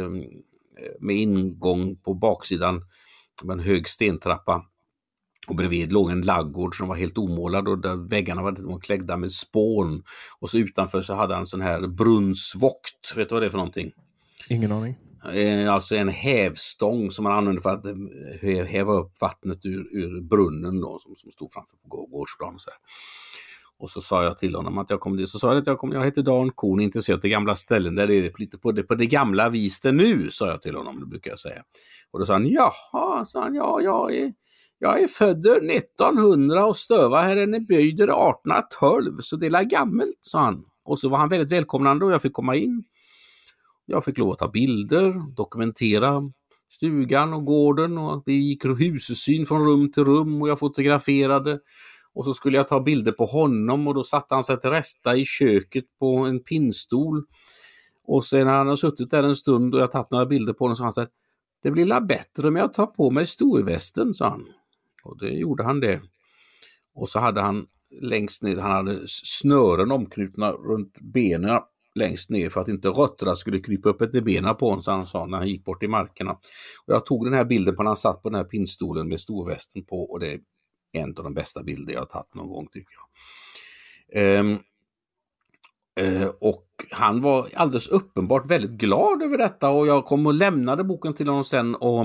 med ingång på baksidan med en hög stentrappa. Och bredvid låg en laggård som var helt omålad, och där väggarna var kläggda med spån. Och så utanför så hade han sån här brunnsvokt. Vet du vad det är för någonting? Ingen aning. Alltså en hävstång som man använde för att häva upp vattnet ur brunnen då, som stod framför på gårdsplan och så här. Och så sa jag till honom att jag kom dit. Så sa jag att jag heter Dan Korn, intresserad av gamla ställen där det är lite på det gamla vis det nu, sa jag till honom, det brukar jag säga. Och då sa han, jaha, sa han, jag är född 1900 och stöva här är böjder 1812, så det är gammalt, sa han. Och så var han väldigt välkomnande och jag fick komma in. Jag fick lov att ta bilder, dokumentera stugan och gården, och vi gick husesyn från rum till rum och jag fotograferade. Och så skulle jag ta bilder på honom och då satte han sig till resta i köket på en pinnstol. Och sen när han har suttit där en stund och jag tagit några bilder på honom så han sa, det blir bättre om jag tar på mig storvästen, sa han. Och det gjorde han det. Och så hade han längst ner, han hade snören omknutna runt benen längst ner för att inte rötterna skulle krypa upp efter benen på honom, så han sa när han gick bort i markerna. Och jag tog den här bilden på när han satt på den här pinnstolen med storvästen på, och det är en av de bästa bilder jag har tagit någon gång, tycker jag. Och han var alldeles uppenbart väldigt glad över detta, och jag kom och lämnade boken till honom sen, och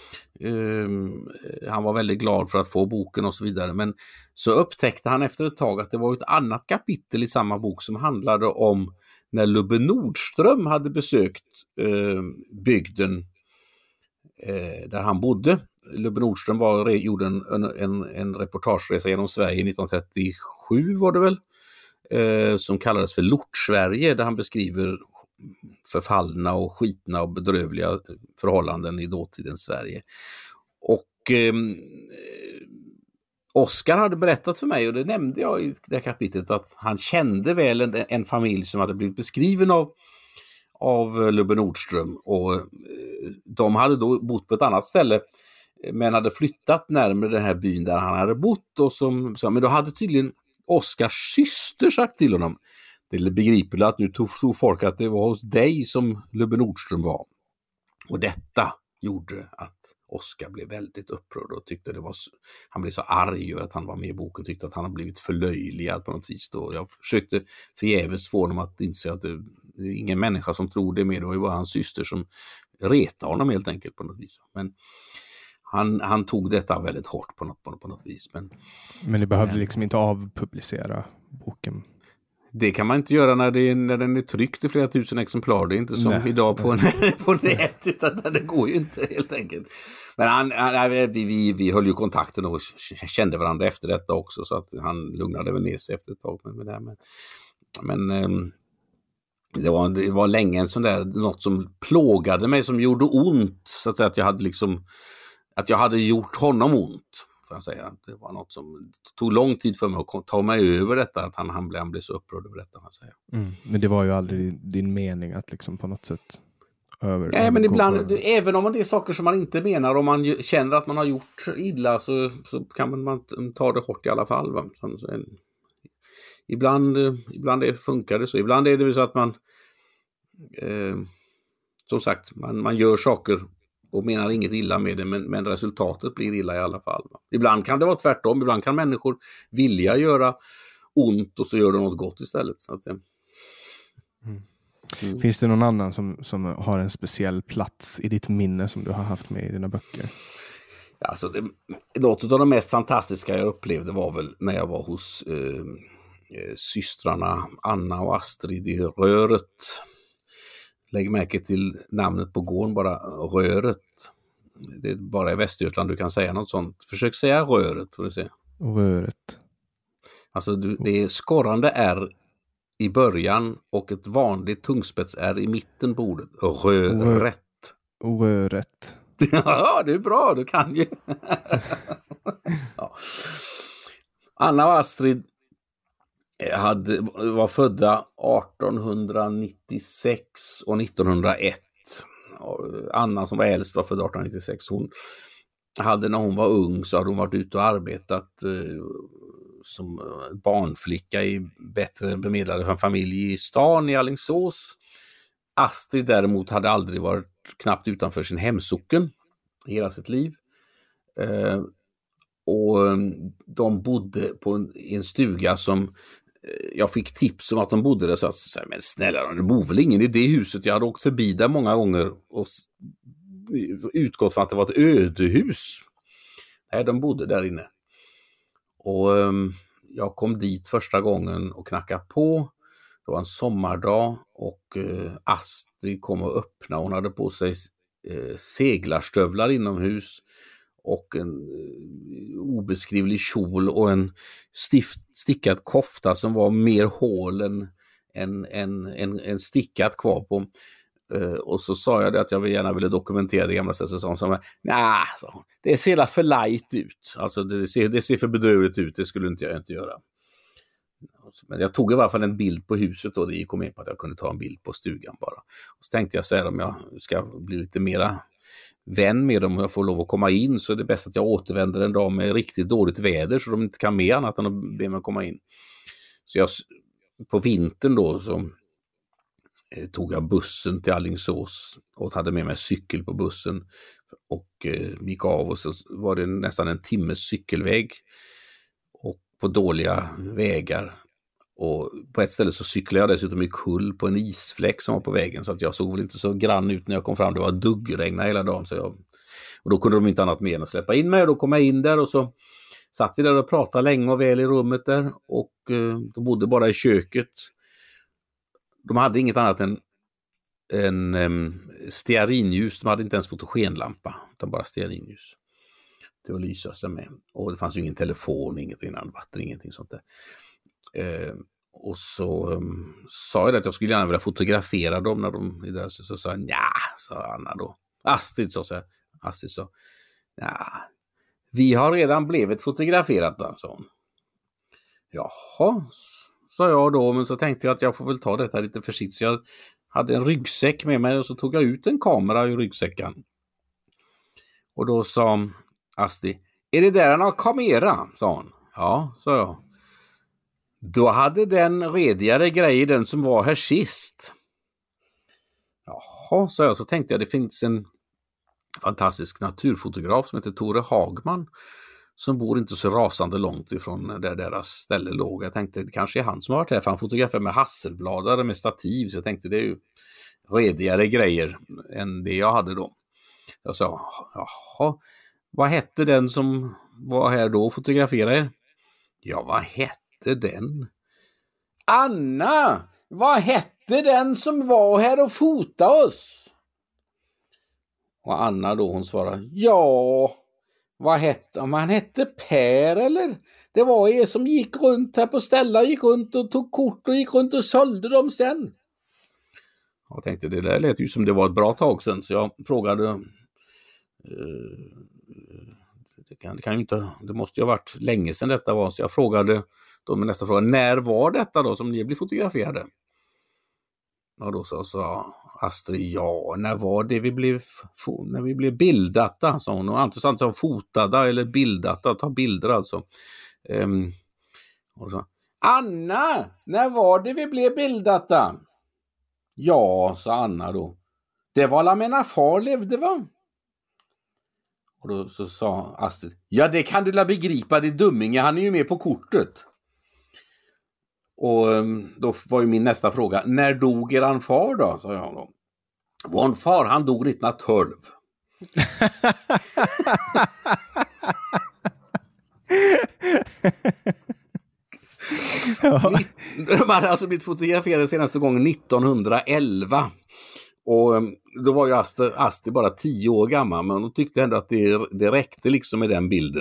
han var väldigt glad för att få boken och så vidare. Men så upptäckte han efter ett tag att det var ett annat kapitel i samma bok som handlade om när Lubbe Nordström hade besökt bygden där han bodde. Lubbe Nordström gjorde en reportageresa genom Sverige 1937 var det väl, som kallades för Lort-Sverige, där han beskriver förfallna och skitna och bedrövliga förhållanden i dåtidens Sverige. Och Oskar hade berättat för mig, och det nämnde jag i det kapitlet, att han kände väl en familj som hade blivit beskriven av Lubbe Nordström, och de hade då bott på ett annat ställe men hade flyttat närmare den här byn där han hade bott, och men då hade tydligen Oskars syster sagt till honom, det är begripligt att nu tog folk att det var hos dig som Lubbe Nordström var. Och detta gjorde att Oskar blev väldigt upprörd och tyckte han blev så arg över att han var med i boken, tyckte att han har blivit förlöjligad på något vis då. Jag försökte förgäves få honom att inse att det är ingen människa som tror det mer, det var ju bara hans syster som retade honom helt enkelt på något vis. Men han tog detta väldigt hårt på något vis. Men ni behövde liksom inte avpublicera boken? Det kan man inte göra när den är tryckt i flera tusen exemplar. Det är inte som idag på nät, utan det går ju inte helt enkelt. Men vi höll ju kontakten och kände varandra efter detta också, så att han lugnade väl ner sig efter ett tag med det här. Men det var länge en sån där, något som plågade mig, som gjorde ont, så att säga, att jag hade gjort honom ont. Säga. Det var något som tog lång tid för mig att ta mig över detta, att han blev så upprörd över detta. Säga. Men det var ju aldrig din mening att liksom på något sätt Nej, men ibland, även om det är saker som man inte menar, om man känner att man har gjort illa, så kan man ta det hårt i alla fall. Va? Ibland funkar det så. Ibland är det så att man som sagt, man gör saker och menar inget illa med det, men resultatet blir illa i alla fall. Ibland kan det vara tvärtom. Ibland kan människor vilja göra ont och så gör de något gott istället. Så att, Finns det någon annan som har en speciell plats i ditt minne som du har haft med i dina böcker? Alltså något av de mest fantastiska jag upplevde var väl när jag var hos systrarna Anna och Astrid i Röret. Lägg märke till namnet på gården, bara Röret. Det är bara i Västergötland du kan säga något sånt. Försök säga Röret, får du se. Röret. Alltså det är skorrande R i början och ett vanligt tungspets R i mitten på ordet. Röret. Röret. Ja, det är bra, du kan ju. Ja. Anna och Astrid var födda 1896 och 1901. Anna som var äldst var född 1896. Hon hade, när hon var ung, så hade hon varit ute och arbetat som barnflicka i bättre bemedlade familj i stan i Alingsås. Astrid däremot hade aldrig varit knappt utanför sin hemsocken i hela sitt liv. Och de bodde i en stuga som jag fick tips om att de bodde där, så jag sa, men snälla, det bor väl ingen i det huset. Jag hade åkt förbi där många gånger och utgått från att det var ett ödehus. Nej, de bodde där inne. Och jag kom dit första gången och knackade på. Det var en sommardag och Astrid kom och öppnade. Hon hade på sig seglarstövlar inomhus och en obeskrivlig kjol och en stickad kofta som var mer hål än stickat kvar på. Och så sa jag det att jag gärna ville dokumentera det gamla sättet. Så sa hon, nej, det ser för light ut. Alltså det ser för bedrövligt ut, det skulle jag inte göra. Men jag tog i alla fall en bild på huset och det gick med på att jag kunde ta en bild på stugan bara. Och så tänkte jag så här, om jag ska bli lite mera vän med dem och jag får lov att komma in, så är det bäst att jag återvänder en dag med riktigt dåligt väder så de inte kan med annat än att be mig komma in. Så jag, på vintern då, så tog jag bussen till Alingsås och hade med mig cykel på bussen och gick av, och så var det nästan en timmes cykelväg och på dåliga vägar. Och på ett ställe så cyklade jag dessutom i kull på en isfläck som var på vägen, så att jag såg väl inte så grann ut när jag kom fram. Det var duggregna hela dagen, och då kunde de inte annat mer än att släppa in mig, och då kom jag in där och så satt vi där och pratade länge och väl i rummet där, och de bodde bara i köket. De hade inget annat än stearinljus, de hade inte ens fotogenlampa utan bara stearinljus till att lysa sig med, och det fanns ju ingen telefon, inget innan vatten, ingenting sånt där. Och så sa jag att jag skulle gärna vilja fotografera dem när de är där, så sa jag, ja, sa Anna då. Astrid sa, ja, vi har redan blivit fotograferade, sa hon. Jaha, sa jag då, men så tänkte jag att jag får väl ta detta lite försiktigt, så jag hade en ryggsäck med mig och så tog jag ut en kamera ur ryggsäcken. Och då sa Astrid, är det där han har kamera? Sa hon. Ja, sa jag. Då hade den redigare grej, den som var här sist. Jaha, sa jag. Så tänkte jag, det finns en fantastisk naturfotograf som heter Tore Hagman, som bor inte så rasande långt ifrån där deras ställe låg. Jag tänkte, det kanske är han som har varit här, för han fotograferar med hasselbladare med stativ. Så jag tänkte, det är ju redigare grejer än det jag hade då. Jag sa, jaha, vad hette den som var här då och fotograferade? Ja, vad hette den? Anna! Vad hette den som var här och fotade oss? Och Anna då, hon svarade, ja, vad hette han? Han hette Per, eller? Det var er som gick runt här på ställa, gick runt och tog kort och gick runt och sålde dem sen. Jag tänkte, det där lät ju som det var ett bra tag sedan, så jag frågade, det kan ju inte, det måste ju ha varit länge sedan detta var, så jag frågade då med nästa fråga, när var detta då som ni blev fotograferade? Och då sa Astrid, ja, när var det när vi blev bildata, sa hon. Och intressant som fotada eller bildata, ta bilder alltså. Och så, Anna, när var det vi blev bildata? Ja, sa Anna då. Det var alla mina far levde, va? Och då så sa Astrid, ja, det kan du la begripa, det dumminge, han är ju med på kortet. Och då var ju min nästa fråga, när dog eran far då? Sa jag då. Vår far, han dog 1912. De hade alltså blivit fotograferade senaste gången 1911. Och då var ju Astrid bara 10 år gammal, men hon tyckte ändå att det räckte liksom med den bilden.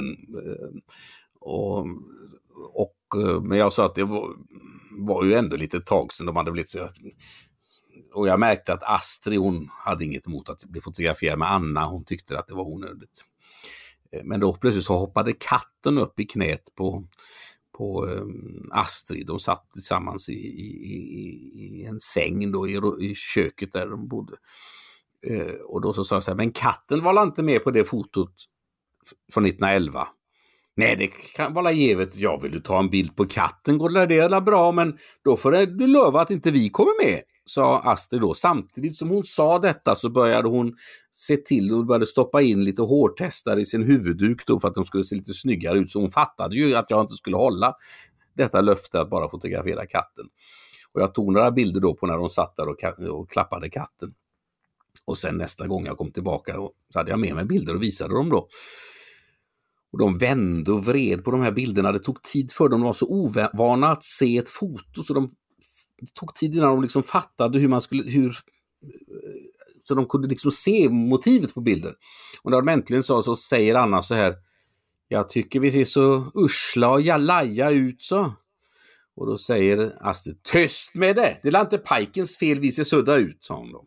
Men jag sa att det var ju ändå lite tag sedan de hade blivit så. Och jag märkte att Astrid, hon hade inget emot att bli fotograferad med Anna. Hon tyckte att det var onödigt. Men då plötsligt så hoppade katten upp i knät på Astrid. De satt tillsammans i en säng då i köket där de bodde. Och då så sa jag så här, men katten var inte med på det fotot från 1911. Nej, det kan vara givet. Ja, vill du ta en bild på katten går det är bra, men då får du lova att inte vi kommer med, sa Astrid då. Samtidigt som hon sa detta så började hon se till och började stoppa in lite hårtestar i sin huvudduk då för att de skulle se lite snyggare ut. Så hon fattade ju att jag inte skulle hålla detta löfte att bara fotografera katten. Och jag tog några bilder då på när de satt där och klappade katten. Och sen nästa gång jag kom tillbaka så hade jag med mig bilder och visade dem då. Och de vände och vred på de här bilderna. Det tog tid för dem. De var så ovana att se ett foto. Så det tog tid innan de liksom fattade så de kunde liksom se motivet på bilden. Och när de äntligen så säger Anna så här: jag tycker vi ser så ursla och laja ut så. Och då säger Astrid: tyst med det! Det är inte pajkens fel vi ser sudda ut, sa hon då.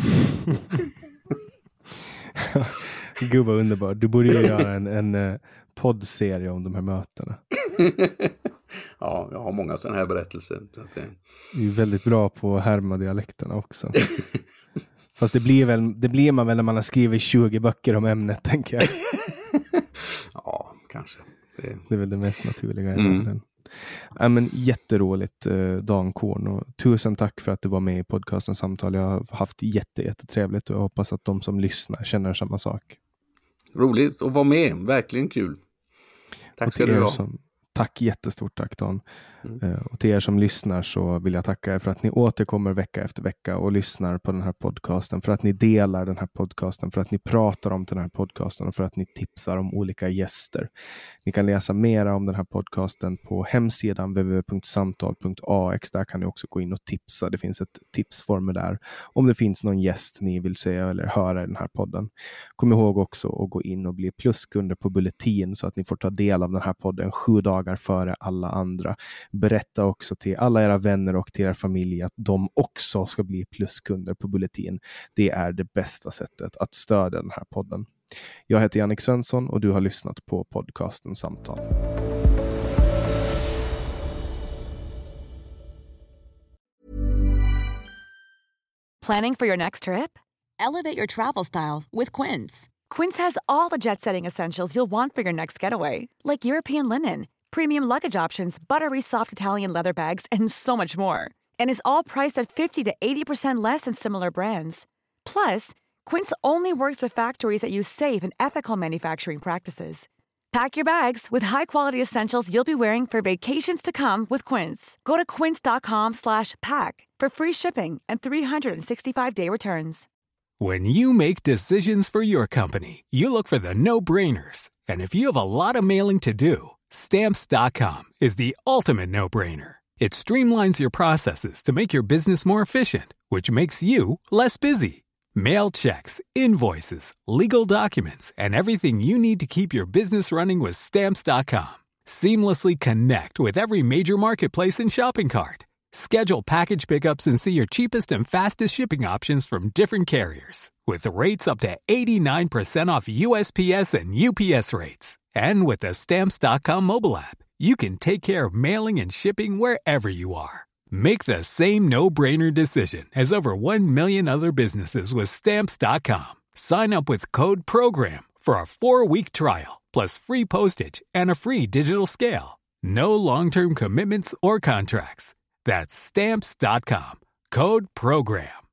Gud vad underbart. Du borde ju göra en poddserie om de här mötena. Ja, jag har många sådana här berättelser. Så att det är väldigt bra på härma-dialekterna också. Fast det blir man väl när man har skrivit 20 böcker om ämnet, tänker jag. Ja, kanske. Det är väl det mest naturliga i världen. Ja, men jätteroligt, Dan Korn, och tusen tack för att du var med i podcasten Samtal. Jag har haft jättetrevligt och jag hoppas att de som lyssnar känner samma sak. Roligt att vara med, verkligen kul. Tack ska du ha. Tack, jättestort tack Dan. Och till er som lyssnar så vill jag tacka er för att ni återkommer vecka efter vecka och lyssnar på den här podcasten, för att ni delar den här podcasten, för att ni pratar om den här podcasten och för att ni tipsar om olika gäster. Ni kan läsa mer om den här podcasten på hemsidan www.samtal.ax. Där kan ni också gå in och tipsa. Det finns ett tipsformulär om det finns någon gäst ni vill se eller höra i den här podden. Kom ihåg också att gå in och bli pluskunder på Bulletin så att ni får ta del av den här podden 7 dagar före alla andra. Berätta också till alla era vänner och till er familj att de också ska bli pluskunder på Bulletin. Det är det bästa sättet att stödja den här podden. Jag heter Jannik Svensson och du har lyssnat på podcasten Samtal. Planning for your next trip? Elevate your travel style with Quince. Quince has all the jet-setting essentials you'll want for your next getaway, like European linen, premium luggage options, buttery soft Italian leather bags, and so much more. And is all priced at 50 to 80% less than similar brands. Plus, Quince only works with factories that use safe and ethical manufacturing practices. Pack your bags with high-quality essentials you'll be wearing for vacations to come with Quince. Go to quince.com/pack for free shipping and 365-day returns. When you make decisions for your company, you look for the no-brainers. And if you have a lot of mailing to do, Stamps.com is the ultimate no-brainer. It streamlines your processes to make your business more efficient, which makes you less busy. Mail checks, invoices, legal documents, and everything you need to keep your business running with Stamps.com. Seamlessly connect with every major marketplace and shopping cart. Schedule package pickups and see your cheapest and fastest shipping options from different carriers. With rates up to 89% off USPS and UPS rates. And with the Stamps.com mobile app, you can take care of mailing and shipping wherever you are. Make the same no-brainer decision as over 1 million other businesses with Stamps.com. Sign up with code PROGRAM for a 4-week trial, plus free postage and a free digital scale. No long-term commitments or contracts. That's Stamps.com. Code PROGRAM.